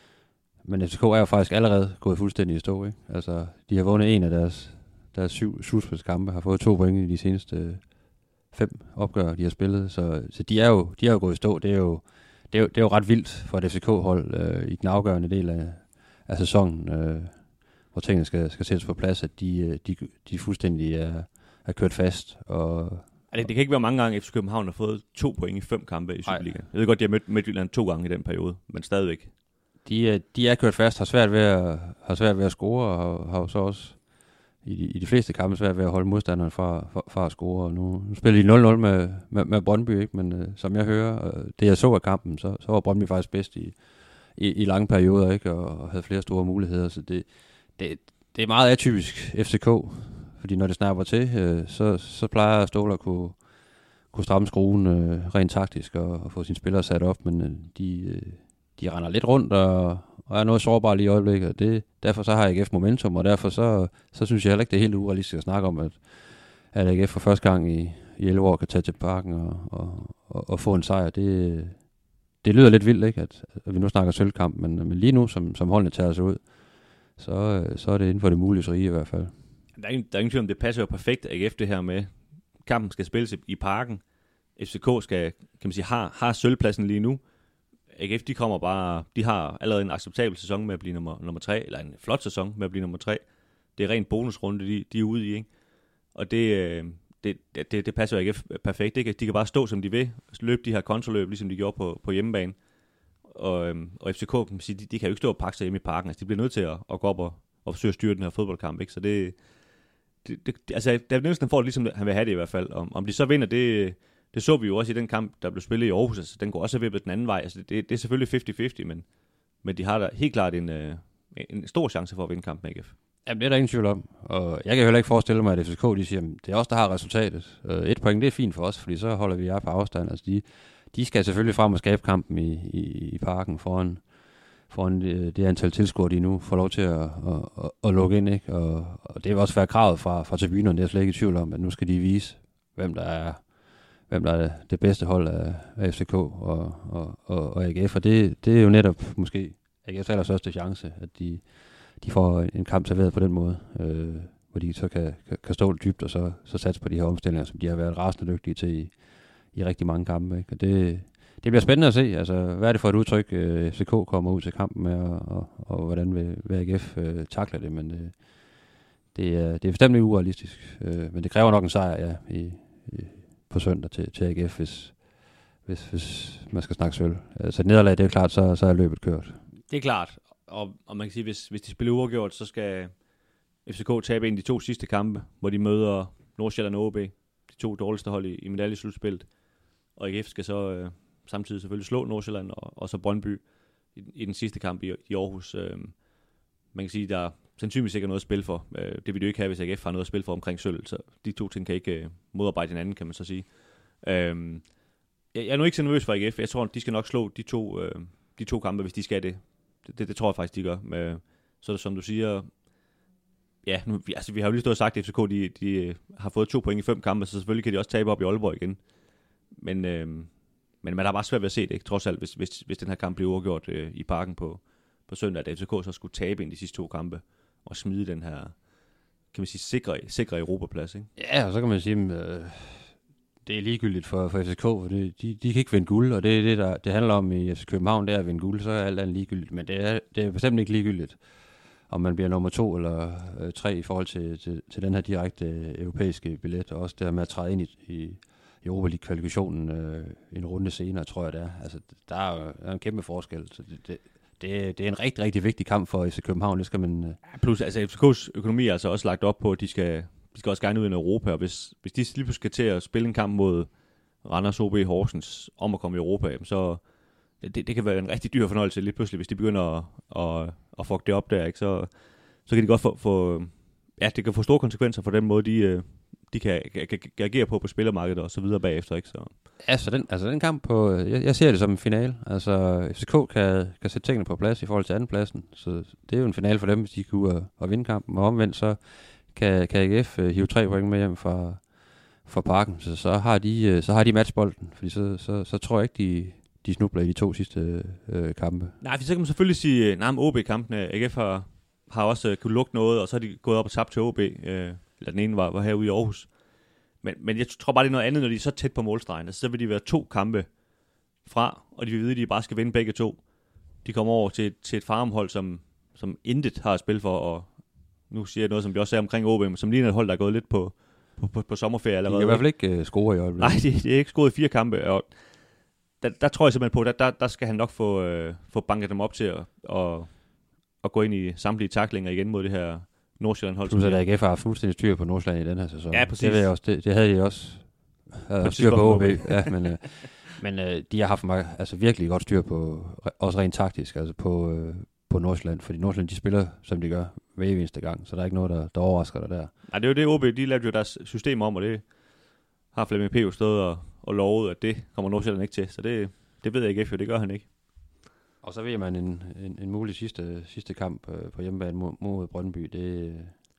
men F C K er jo faktisk allerede gået fuldstændig i stå, ikke? Altså, de har vundet en af deres, deres syv slutspilskampe, har fået to point i de seneste fem opgør, de har spillet, så, så de, er jo, de er jo gået i stå. Det er jo, det, er jo, det er jo ret vildt for et F C K-hold øh, i den afgørende del af, af sæsonen, øh, hvor tingene skal, skal sættes på plads, at de, de, de fuldstændig er, er kørt fast. Og, det, det kan ikke være mange gange, at F C København har fået to point i fem kampe i Superligaen. Jeg ved godt, de har mødt Midtjylland to gange i den periode, men stadigvæk. De, de er kørt fast, har svært ved at, har svært ved at score, og har, har så også i de, i de fleste kampe svært ved at holde modstanderen fra, fra, fra at score. Og nu, nu spiller de nul nul med, med, med Brøndby, ikke? Men øh, som jeg hører, øh, det jeg så af kampen, så, så var Brøndby faktisk bedst i, i, i lange perioder, ikke? Og, og havde flere store muligheder. Så det, det, det er meget atypisk F C K, fordi når det snapper til, øh, så, så plejer Ståle at kunne, kunne stramme skruen øh, rent taktisk og, og få sine spillere sat op, men øh, de, øh, de render lidt rundt og, og er noget sårbart lige i øjeblikket. Det, derfor så har A G F momentum, og derfor så, så synes jeg heller ikke, det er helt urealistisk at snakke om, at, at A G F for første gang i, i elleve år kan tage til Parken og, og, og, og få en sejr. Det, det lyder lidt vildt, ikke? At, at vi nu snakker sølvkamp, men, men lige nu, som, som holdene tager sig ud, så, så er det inden for det mulige rige i hvert fald. Der er ingen, der er ingen tvivl om, det passer jo perfekt A G F det her med, kampen skal spilles i Parken. F C K skal, kan man sige, har, har sølvpladsen lige nu. A G F, de kommer bare, de har allerede en acceptabel sæson med at blive nummer, nummer tre, eller en flot sæson med at blive nummer tre. Det er rent bonusrunde, de, de er ude i, ikke? Og det, det, det, det passer jo A G F perfekt, ikke? De kan bare stå, som de vil, løbe de her kontroløb, ligesom de gjorde på, på hjemmebane. Og, og F C K, kan man sige, de, de kan jo ikke stå og pakke sig hjemme i Parken. Altså, de bliver nødt til at, at gå op og, og forsøge at styre den her fodboldkamp, ikke? Så det, det, det altså, David Nielsen får det ligesom, han vil have det i hvert fald. Om, om de så vinder, det... Det så vi jo også i den kamp, der blev spillet i Aarhus. Altså, den går også vippet den anden vej. Altså, det, det er selvfølgelig halvtreds halvtreds, men, men de har da helt klart en, øh, en stor chance for at vinde kampen med A G F. Jamen, det er der ingen tvivl om. Og jeg kan heller ikke forestille mig, at F C K, de siger, det er os, der har resultatet. Uh, et point, det er fint for os, fordi så holder vi jer på afstand. Altså, de, de skal selvfølgelig frem og skabe kampen i, i, i Parken foran, foran det, det antal tilskuere, de nu får lov til at, at, at, at lukke ind. Ikke? Og, og det vil også være kravet fra, fra tribunerne, det er slet ikke i tvivl om, at nu skal de vise, hvem der er hvem der er det bedste hold af, af F C K og, og, og, og A G F, og det, det er jo netop måske A G F's allerstørste chance, at de, de får en kamp serveret på den måde, øh, hvor de så kan, kan, kan stå dybt og så, så satse på de her omstillinger, som de har været rasende dygtige til i, i rigtig mange kampe. Ikke? Og det, det bliver spændende at se, altså hvad er det for et udtryk, øh, F C K kommer ud til kampen med, og, og, og hvordan vil, vil A G F øh, takle det, men øh, det, er, det er bestemt ikke urealistisk, øh, men det kræver nok en sejr, ja, i, i på søndag til, til A G F, hvis, hvis, hvis man skal snakke sølv. Så et nederlag, det er klart, så, så er løbet kørt. Det er klart, og, og man kan sige, hvis, hvis de spiller uafgjort, så skal F C K tabe en af de to sidste kampe, hvor de møder Nordsjælland og O B, de to dårligste hold i, i medaljeslutspillet, og A G F skal så øh, samtidig selvfølgelig slå Nordsjælland og, og så Brøndby i, i den sidste kamp i, i Aarhus. Øh, man kan sige, der sandsynligvis ikke er noget at spille for. Øh, det vil du ikke have, hvis A G F har noget at spille for omkring sølv, så de to ting kan ikke øh, modarbejde hinanden, kan man så sige. Øh, jeg, jeg er nu ikke så nervøs for A G F. Jeg tror, de skal nok slå de to, øh, de to kampe, hvis de skal det. Det, det, det tror jeg faktisk, de gør. Øh, så som du siger, ja, nu, altså, vi har jo lige stået og sagt, at F C K de, de har fået to point i fem kampe, så selvfølgelig kan de også tabe op i Aalborg igen. Men, øh, men man har bare svært ved at se det, ikke? Trods alt, hvis, hvis, hvis den her kamp bliver uafgjort øh, i Parken på, på søndag, at F C K så skulle tabe ind de sidste to kampe og smide den her, kan man sige, sikre, sikre Europaplads, ikke? Ja, og så kan man sige, at øh, det er ligegyldigt for, for F C K, for det, de, de kan ikke vinde guld, og det er det, der det handler om i F C København, det er at vinde guld, så er alt andet ligegyldigt, men det er, det er bestemt ikke ligegyldigt, om man bliver nummer to eller øh, tre i forhold til, til, til den her direkte øh, europæiske billet, og også det med at træde ind i, i Europa League-kvalifikationen øh, en runde senere, tror jeg det er. Altså, der er jo er en kæmpe forskel, så det, det Det, det er en rigtig, rigtig vigtig kamp for F C København. Det skal man... Uh... Plus, altså F C K's økonomi er altså også lagt op på, at de skal, de skal også gerne ud i Europa, og hvis, hvis de lige pludselig skal til at spille en kamp mod Randers, O B, Horsens om at komme i Europa, så det, det kan være en rigtig dyr fornøjelse lige pludselig, hvis de begynder at, at, at fuck det op der, ikke? Så, så kan de godt få, få... Ja, det kan få store konsekvenser for den måde, de... de kan, kan, kan agere på på spillermarkedet og så videre bagefter, ikke? Så. Ja, så den, altså den kamp på, jeg, jeg ser det som en finale. Altså F C K kan, kan sætte tingene på plads i forhold til andenpladsen, så det er jo en finale for dem, hvis de kan ud og, og vinde kampen, og omvendt så kan, kan A G F uh, hive tre point med hjem fra, fra Parken, så, så har de uh, så har de matchbolden, fordi så, så, så tror jeg ikke, de, de snubler i de to sidste uh, kampe. Nej, for så kan man selvfølgelig sige, nej, O B-kampene, A G F har, har også uh, kunne lukke noget, og så har de gået op og tabt til O B, uh, eller den ene var, var herude i Aarhus. Men, men jeg tror bare, det er noget andet, når de er så tæt på målstregen. Altså, så vil de være to kampe fra, og de vil vide, at de bare skal vinde begge to. De kommer over til, til et farmhold, som, som intet har at spille for, og nu siger jeg noget, som vi også sagde omkring O B, men som ligner et hold, der er gået lidt på, på, på, på sommerferie allerede. De kan i hvert fald ikke uh, score i øjeblikket. Nej, de, de er ikke scoret i fire kampe, og der, der tror jeg simpelthen på, at der, der skal han nok få, øh, få banket dem op til at, og, at gå ind i samtlige tacklinger igen mod det her Nordsjælland-hold. Du sagde, at A G F har fuldstændig styr på Nordsjælland i den her sæson. Ja, præcis. Det, ved jeg også, det, det havde de også. Uh, styr på O B. Ja, men, uh, men uh, de har haft meget, altså virkelig godt styr på, også rent taktisk, altså på, uh, på Nordsjælland. Fordi Nordsjælland, de spiller, som de gør, hver eneste gang. Så der er ikke noget, der, der overrasker dig der. Nej, det er jo det, O B, de lavede jo deres system om, og det har Flemming P. jo stået og, og lovet, at det kommer Nordsjælland ikke til. Så det, det ved jeg ikke, for det gør han ikke. Og så ved man en, en, en mulig sidste, sidste kamp øh, på hjemmebane mod, mod Brøndby. Det,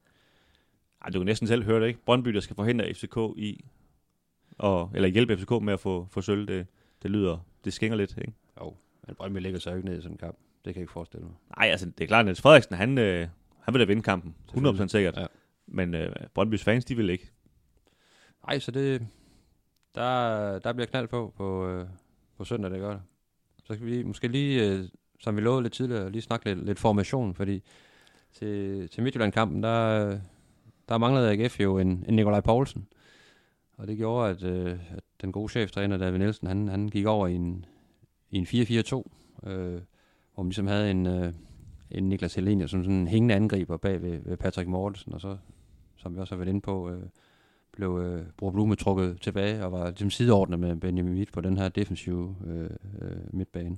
Ej, du kan næsten selv høre det, ikke? Brøndby, der skal forhindre F C K i, og, eller hjælpe F C K med at få, få sølv, det, det lyder, det skinger lidt, ikke? Jo, men Brøndby ligger så ikke ned i sådan en kamp. Det kan jeg ikke forestille mig. Nej, altså, det er klart, at Niels Frederiksen, han, øh, han vil da vinde kampen. hundrede procent sikkert. Ja. Men øh, Brøndbys fans, de vil ikke. Nej, så det, der, der bliver knald på på, øh, på søndag, det gør det. Så skal vi måske lige, øh, som vi lovede lidt tidligere, lige snakke lidt, lidt formation, fordi til, til Midtjylland-kampen, der, der manglede A G F jo en, en Nikolaj Poulsen. Og det gjorde, at, øh, at den gode cheftræner, David Nielsen, han, han gik over i en, i en fire fire to, øh, hvor man ligesom havde en, øh, en Niklas Helenius som sådan en hængende angriber bag ved, ved Patrick Mortensen, og så, som vi også har været inde på, øh, blev øh, Bror Blume trukket tilbage og var ligesom sideordnet med Benjamin Witt på den her defensive øh, øh, midtbane.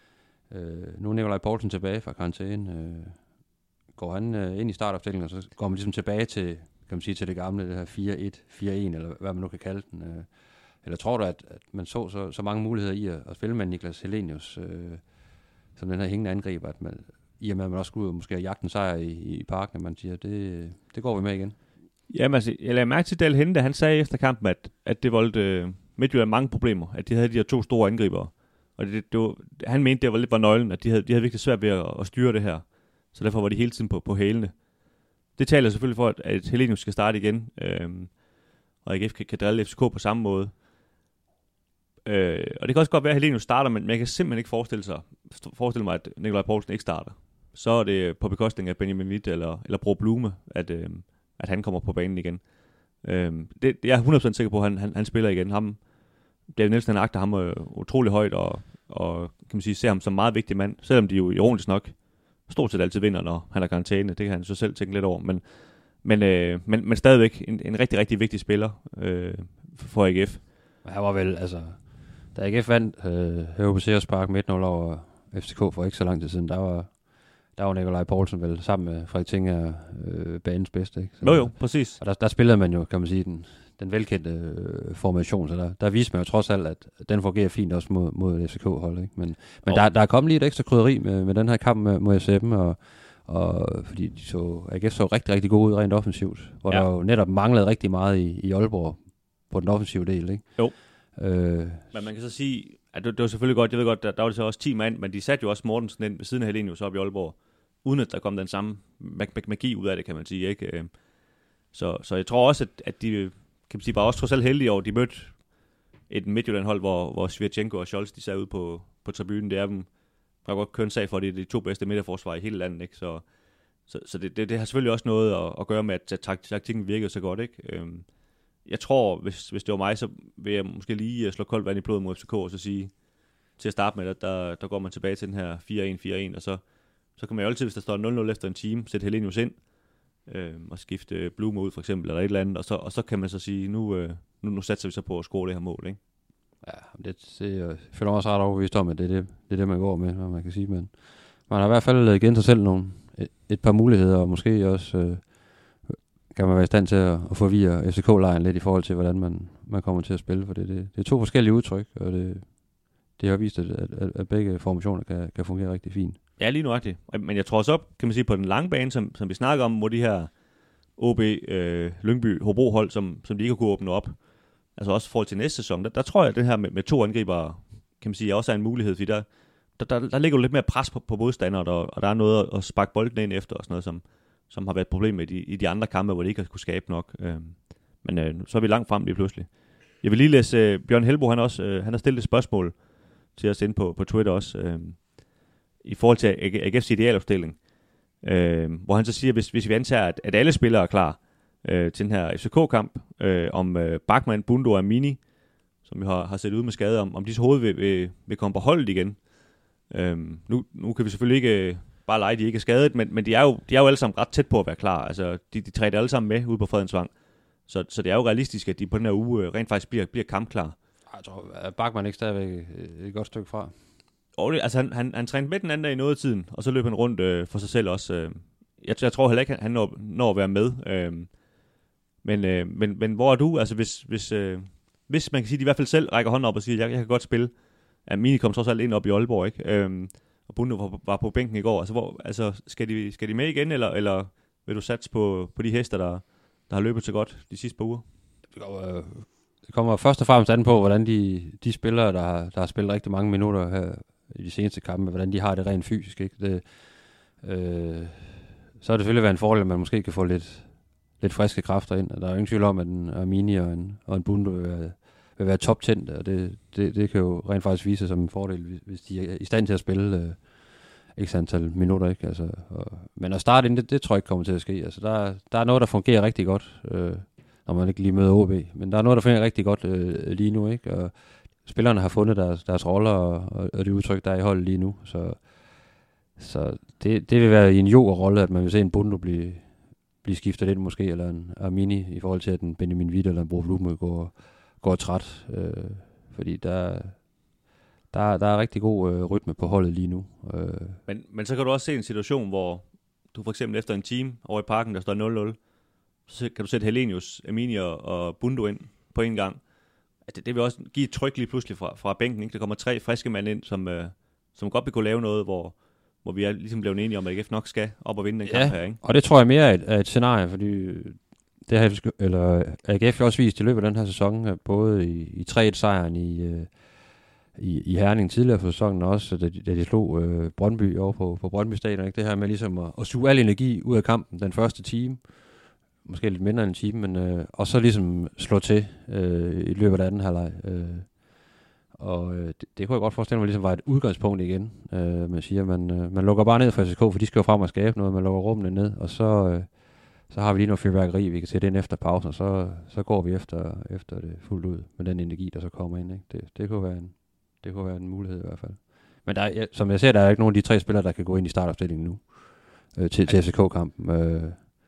Øh, nu er Nikolaj Poulsen tilbage fra karantæne. Øh, går han øh, ind i startopstillingen, og så går man ligesom tilbage til, kan man sige, til det gamle, det her fire et fire en, eller hvad man nu kan kalde den. Øh, eller tror du, at, at man så, så så mange muligheder i at, at spille med Niklas Helenius øh, som den her hængende angriber, at man, i og med at man også skulle ud og måske have jagten sejr i, i parken, at man siger, det, det går vi med igen. Jamen altså, jeg lagde mærke til Dal Hente, han sagde efter kampen, at, at det voldte øh, Midtjylland mange problemer, at de havde de her to store angribere. Og det, det var, han mente, det var lidt var nøglen, at de havde, de havde virkelig svært ved at, at styre det her. Så derfor var de hele tiden på, på hælene. Det taler selvfølgelig for, at, at Helenius skal starte igen, øh, og A G F kan, kan drille F C K på samme måde. Øh, og det kan også godt være, at Helenius starter, men jeg kan simpelthen ikke forestille, sig, forestille mig, at Nikolaj Poulsen ikke starter. Så er det på bekostning af Benjamin Witt eller, eller Bror Blume, at, øh, at han kommer på banen igen. Øh, det, jeg er hundrede procent sikker på, at han, han, han spiller igen. Ham, David Nielsen, han agter ham øh, utrolig højt, og, og kan man sige, ser ham som en meget vigtig mand, selvom de jo ironisk nok stort set altid vinder, når han er karantæne. Det kan han så selv tænke lidt over. Men, men, øh, men, men stadigvæk en, en rigtig, rigtig vigtig spiller øh, for A G F. Han var vel, altså, da A G F vandt øh, her på Seerspark med et nul over F C K for ikke så lang tid siden, der var, der var Nikolaj Poulsen vel sammen med Frederik Tinger øh, banens bedste. Ikke? Så, jo jo, præcis. Og der, der spillede man jo, kan man sige, den, den velkendte øh, formation, så der, der viste man jo trods alt, at den fungerer fint også mod, mod F C K-hold. Ikke? Men, men der, der er kommet lige et ekstra krydderi med, med den her kamp med, mod F C M, og, og fordi de så, A G F så rigtig, rigtig god ud rent offensivt, hvor ja. Der jo netop manglede rigtig meget i, i Aalborg på den offensive del. Ikke? Jo. Øh, men man kan så sige, at det, det var selvfølgelig godt, jeg ved godt, der, der var det så også ti mand, men de satte jo også Mortensen ind ved siden af Helenius op i Aalborg, uden at der kom den samme magi ud af det, kan man sige. Ikke? Så, så jeg tror også, at, at de kan man sige, var også trods alt heldige over, de mødte et Midtjylland-hold, hvor, hvor Svirchenko og Scholz, de sad ude på, på tribunen. Det er dem, der kan godt køre en sag for, at det er de to bedste midterforsvar i hele landet. Ikke? Så, så, så det, det, det har selvfølgelig også noget at, at gøre med, at taktikken virkede så godt. Ikke? Øhm, jeg tror, hvis, hvis det var mig, så vil jeg måske lige slå koldt vand i blodet mod F C K, og så sige, til at starte med, at der, der går man tilbage til den her fire en fire en, og så, så kan man jo altid, hvis der står nul nul efter en time, sætte Helenius ind, øh, og skifte Blume ud for eksempel, eller et eller andet, og så, og så kan man så sige, nu, øh, nu, nu satser vi så på at score det her mål, ikke? Ja, det, det jeg føler mig også ret overbevist om, at det er det, det, er det man går med, hvad man kan sige, men man har i hvert fald givet sig selv nogle, et, et par muligheder, og måske også øh, kan man være i stand til at, at forvirre F C K-lejen lidt i forhold til, hvordan man, man kommer til at spille, for det, det, det er to forskellige udtryk, og det, det har vist, at, at, at begge formationer kan, kan fungere rigtig fint. Ja, lige nuagtigt. Men jeg tror også op, kan man sige, på den lange bane, som, som vi snakker om, hvor de her O B, øh, Lyngby, Hobro-hold, som, som de ikke har kunnet åbne op, altså også i forhold til næste sæson, der, der tror jeg, at det her med, med to angribere, kan man sige, også er en mulighed, fordi der, der, der, der ligger jo lidt mere pres på, på modstandere, og, og der er noget at, at sparke bolden ind efter, og sådan noget, som, som har været et problem med de, i de andre kampe, hvor de ikke har kunne skabe nok. Øh, men øh, så er vi langt frem lige pludselig. Jeg vil lige læse, øh, Bjørn Helbo, han, også, øh, han har stillet et spørgsmål til os inde på, på Twitter også, øh, i forhold til A G F's idealopstilling, øh, hvor han så siger, hvis, hvis vi antager, at, at alle spillere er klar øh, til den her F C K-kamp, øh, om øh, Bachmann, Bundo og Amini, som vi har, har set ud med skade, om, om disse hoved vil, vil, vil komme på holdet igen. Øh, nu, nu kan vi selvfølgelig ikke øh, bare lege, de ikke er skadet, men, men de, er jo, de er jo alle sammen ret tæt på at være klar. Altså, de, de træder alle sammen med ude på Fredensvang. Så, så det er jo realistisk, at de på den her uge øh, rent faktisk bliver, bliver kampklar. Jeg tror, at Bachmann ikke stadigvæk et godt stykke fra. Og det, altså han, han, han trænede med den anden dag i noget af tiden, og så løb han rundt øh, for sig selv også. Øh. Jeg, jeg tror heller ikke, han når, når at være med. Øh. Men, øh, men, men hvor er du? Altså hvis, hvis, øh, hvis man kan sige, at de i hvert fald selv rækker hånden op og siger, at jeg, jeg kan godt spille. Amini kom trods alt ind op i Aalborg, ikke? Øh, og Bundo var, var på bænken i går. Altså, hvor, altså skal, de, skal de med igen, eller, eller vil du satse på, på de hester, der, der har løbet så godt de sidste par uger? Det kommer først og fremmest an på, hvordan de, de spillere, der har, der har spillet rigtig mange minutter her i de seneste kampe, hvordan de har det rent fysisk. Ikke? Det, øh, så har det selvfølgelig været en fordel, at man måske kan få lidt, lidt friske kræfter ind. Der er jo ingen tvivl om, at en Amini og en, og en Bundo vil være, vil være toptændte, og det, det, det kan jo rent faktisk vise sig som en fordel, hvis de er i stand til at spille øh, x antal minutter. Ikke? Altså, og, men at starte ind, det, det tror jeg ikke kommer til at ske. Altså, der, der er noget, der fungerer rigtig godt, øh, når man ikke lige møder O B. Men der er noget, der fungerer rigtig godt øh, lige nu, ikke? Og spillerne har fundet deres, deres roller og, og det udtryk, der er i holdet lige nu. Så, så det, det vil være i en joker-rolle, at man vil se en Bundo blive, blive skiftet ind måske, eller en Amini, i forhold til at en Benjamin Witt eller en Bro Blume går, går træt. Øh, fordi der, der, der er rigtig god øh, rytme på holdet lige nu. Øh. Men, men så kan du også se en situation, hvor du for eksempel efter en time over i parken, der står nul nul, så kan du sætte Helenius, Amini og, og Bundo ind på en gang. Det, det vil også give et tryk lige pludselig fra, fra bænken. Ikke? Der kommer tre friske mand ind, som, øh, som godt vil kunne lave noget, hvor, hvor vi er ligesom blevet enige om, at A G F nok skal op og vinde den ja, kamp her. Ikke? Og det tror jeg mere er et, er et scenarie, fordi det har eller A G F også vist i løbet af den her sæson, både i, i tre et-sejren i, øh, i, i Herning tidligere for sæsonen, også da de, da de slog øh, Brøndby over på, på Brøndby Stadion. Ikke? Det her med ligesom at, at suge al energi ud af kampen den første time, måske lidt mindre end en time, men øh, og så ligesom slå til øh, i løbet af anden halvleg. Øh, og øh, det, det kunne jeg godt forestille mig ligesom var et udgangspunkt igen. Øh, man siger, man, øh, man lukker bare ned for F C K, for de skal jo frem og skabe noget, man lukker rummene ned, og så, øh, så har vi lige noget fyrværkeri, vi kan sætte ind efter pausen, og så, så går vi efter, efter det fuldt ud med den energi, der så kommer ind. Ikke? Det, det, kunne være en, det kunne være en mulighed i hvert fald. Men der er, som jeg ser, der er ikke nogen af de tre spillere, der kan gå ind i startopstillingen nu øh, til, til F C K-kampen. Øh,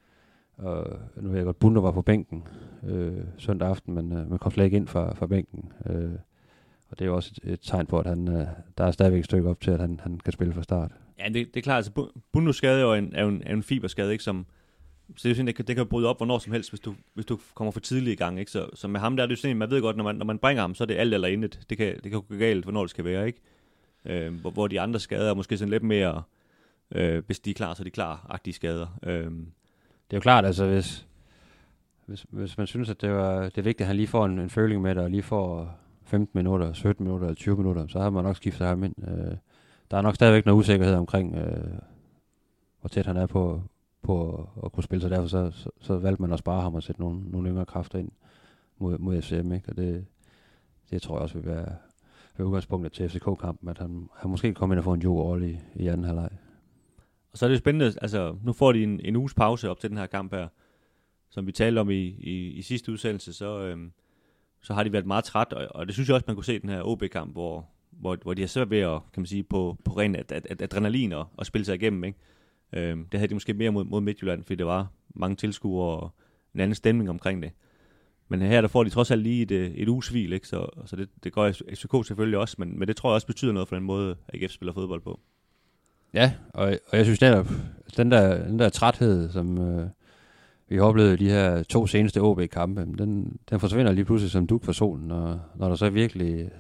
Og nu ved jeg godt, Bundo var på bænken øh, søndag aften, men øh, man kom slet ikke ind fra, fra bænken. Øh, og det er jo også et, et tegn på, at han, øh, der er stadigvæk et stykke op til, at han, han kan spille fra start. Ja, det, det er klart. Altså, Bundos skade er jo en, er en, er en fiberskade, ikke? Som, så det, er sådan, det, kan, det kan bryde op hvornår som helst, hvis du, hvis du kommer for tidligt i gang. Ikke? Så, så med ham der er det jo sådan, man ved godt, når man, når man bringer ham, så er det alt eller intet. Det kan, det kan gå galt, hvornår det skal være. Ikke? Øh, hvor, hvor de andre skader er måske sådan lidt mere, øh, hvis de er klar, så er de klar-agtige skader. Øh, Det er jo klart, altså hvis, hvis, hvis man synes, at det, var, det er vigtigt, at han lige får en, en føling med det, og lige får femten minutter, sytten minutter eller tyve minutter, så har man nok skiftet ham ind. Øh, der er nok stadigvæk noget usikkerhed omkring, øh, hvor tæt han er på, på at, at kunne spille, så derfor så, så, så valgte man at spare ham og sætte nogle, nogle yngre kræfter ind mod, mod F C M. Ikke? Og det, det tror jeg også vil være, være udgangspunktet til F C K-kampen, at han, han måske kan komme ind og få en joker-rolle i, i anden halvleg. Og så er det spændende, altså nu får de en, en uges pause op til den her kamp her, som vi talte om i, i, i sidste udsendelse, så, øhm, så har de været meget træt, og, og det synes jeg også, man kunne se den her O B-kamp, hvor, hvor, hvor de har svært ved at, kan man sige, på, på ren ad, ad, ad, adrenalin og, og spille sig igennem, ikke? Øhm, det havde de måske mere mod, mod Midtjylland, fordi der var mange tilskuere og en anden stemning omkring det. Men her der får de trods alt lige et, et uges hvil, ikke? Så, så det, det gør F C K selvfølgelig også, men, men det tror jeg også betyder noget for den måde, A G F spiller fodbold på. Ja, og, og jeg synes netop, den der, den der træthed, som øh, vi har oplevet i de her to seneste O B-kampe, den, den forsvinder lige pludselig som dug for solen, når, når der så virkelig,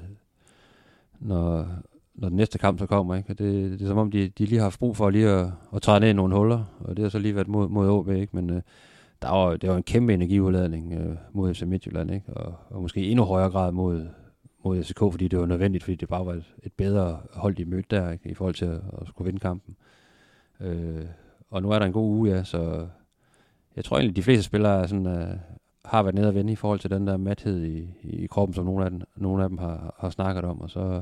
når, når den næste kamp så kommer. Ikke? Det, det er som om, de, de lige har haft brug for lige at, at træde ned i nogle huller, og det har så lige været mod, mod O B, ikke? Men øh, der var, det var en kæmpe energiudladning øh, mod F C Midtjylland, ikke? Og, og måske endnu højere grad mod mod F C K, fordi det var nødvendigt, fordi det bare var et, et bedre hold, de mødte der, ikke? I forhold til at, at skulle vinde kampen. Øh, og nu er der en god uge, ja, så jeg tror egentlig, de fleste spillere sådan, uh, har været nede og vende i forhold til den der mathed i, i kroppen, som nogle af dem, nogle af dem har, har snakket om, og så,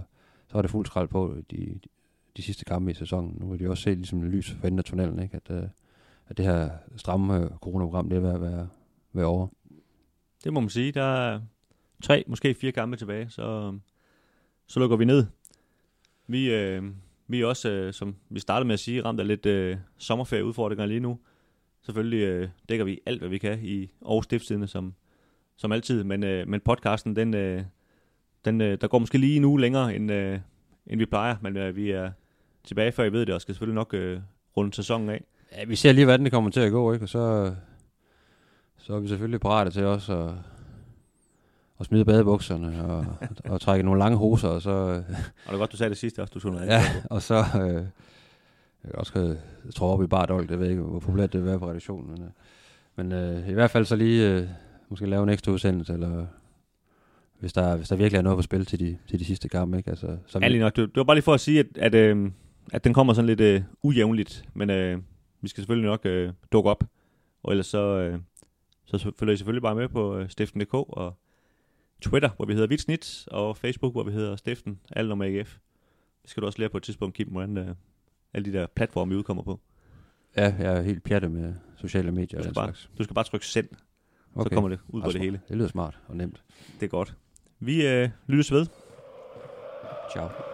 så var det fuldt skrald på de, de, de sidste kampe i sæsonen. Nu vil de også se ligesom lys for enden af tunnelen, ikke? At, øh, at det her stramme øh, coronaprogram, det er ved at være, være over. Det må man sige. Der er tre, måske fire kampe tilbage, så, så lukker vi ned. Vi, øh, vi er også, øh, som vi startede med at sige, ramt af lidt øh, sommerferieudfordringer lige nu. Selvfølgelig øh, dækker vi alt, hvad vi kan i Aarhus Stiftstidende, som, som altid. Men, øh, men podcasten, den, øh, den, øh, der går måske lige en uge længere, end, øh, end vi plejer. Men øh, vi er tilbage, før I ved det, og skal selvfølgelig nok øh, runde sæsonen af. Ja, vi ser lige, hvordan det kommer til at gå, ikke? Og så, så er vi selvfølgelig parate til også at, at smide badebukserne og, og trække nogle lange hoser. Og så, og det er godt, du sagde det sidste også, du tog noget ja, og så øh, jeg også jeg tror op i bardolk, det ved jeg ikke, hvor populært det vil være på redaktionen. Men, øh, men øh, i hvert fald så lige øh, måske lave en ekstra udsendelse, eller hvis der, hvis der virkelig er noget på spil til de, til de sidste kampe, ikke? Altså, som ja, lige nok. Det var bare lige for at sige, at, at, øh, at den kommer sådan lidt øh, ujævnligt, men øh, vi skal selvfølgelig nok øh, dukke op, og ellers så, øh, så følger I selvfølgelig bare med på øh, Stiften punktum d k og Twitter, hvor vi hedder Vitsnit, og Facebook, hvor vi hedder Stiften, alt om A G F. Det skal du også lære på et tidspunkt, Kim, hvordan øh, alle de der platforme, vi udkommer på. Ja, jeg er helt pjattet med sociale medier. Du skal, og bare, slags. du skal bare trykke send, okay. Så kommer det ud på det hele. Det lyder smart og nemt. Det er godt. Vi øh, lyttes ved. Ciao.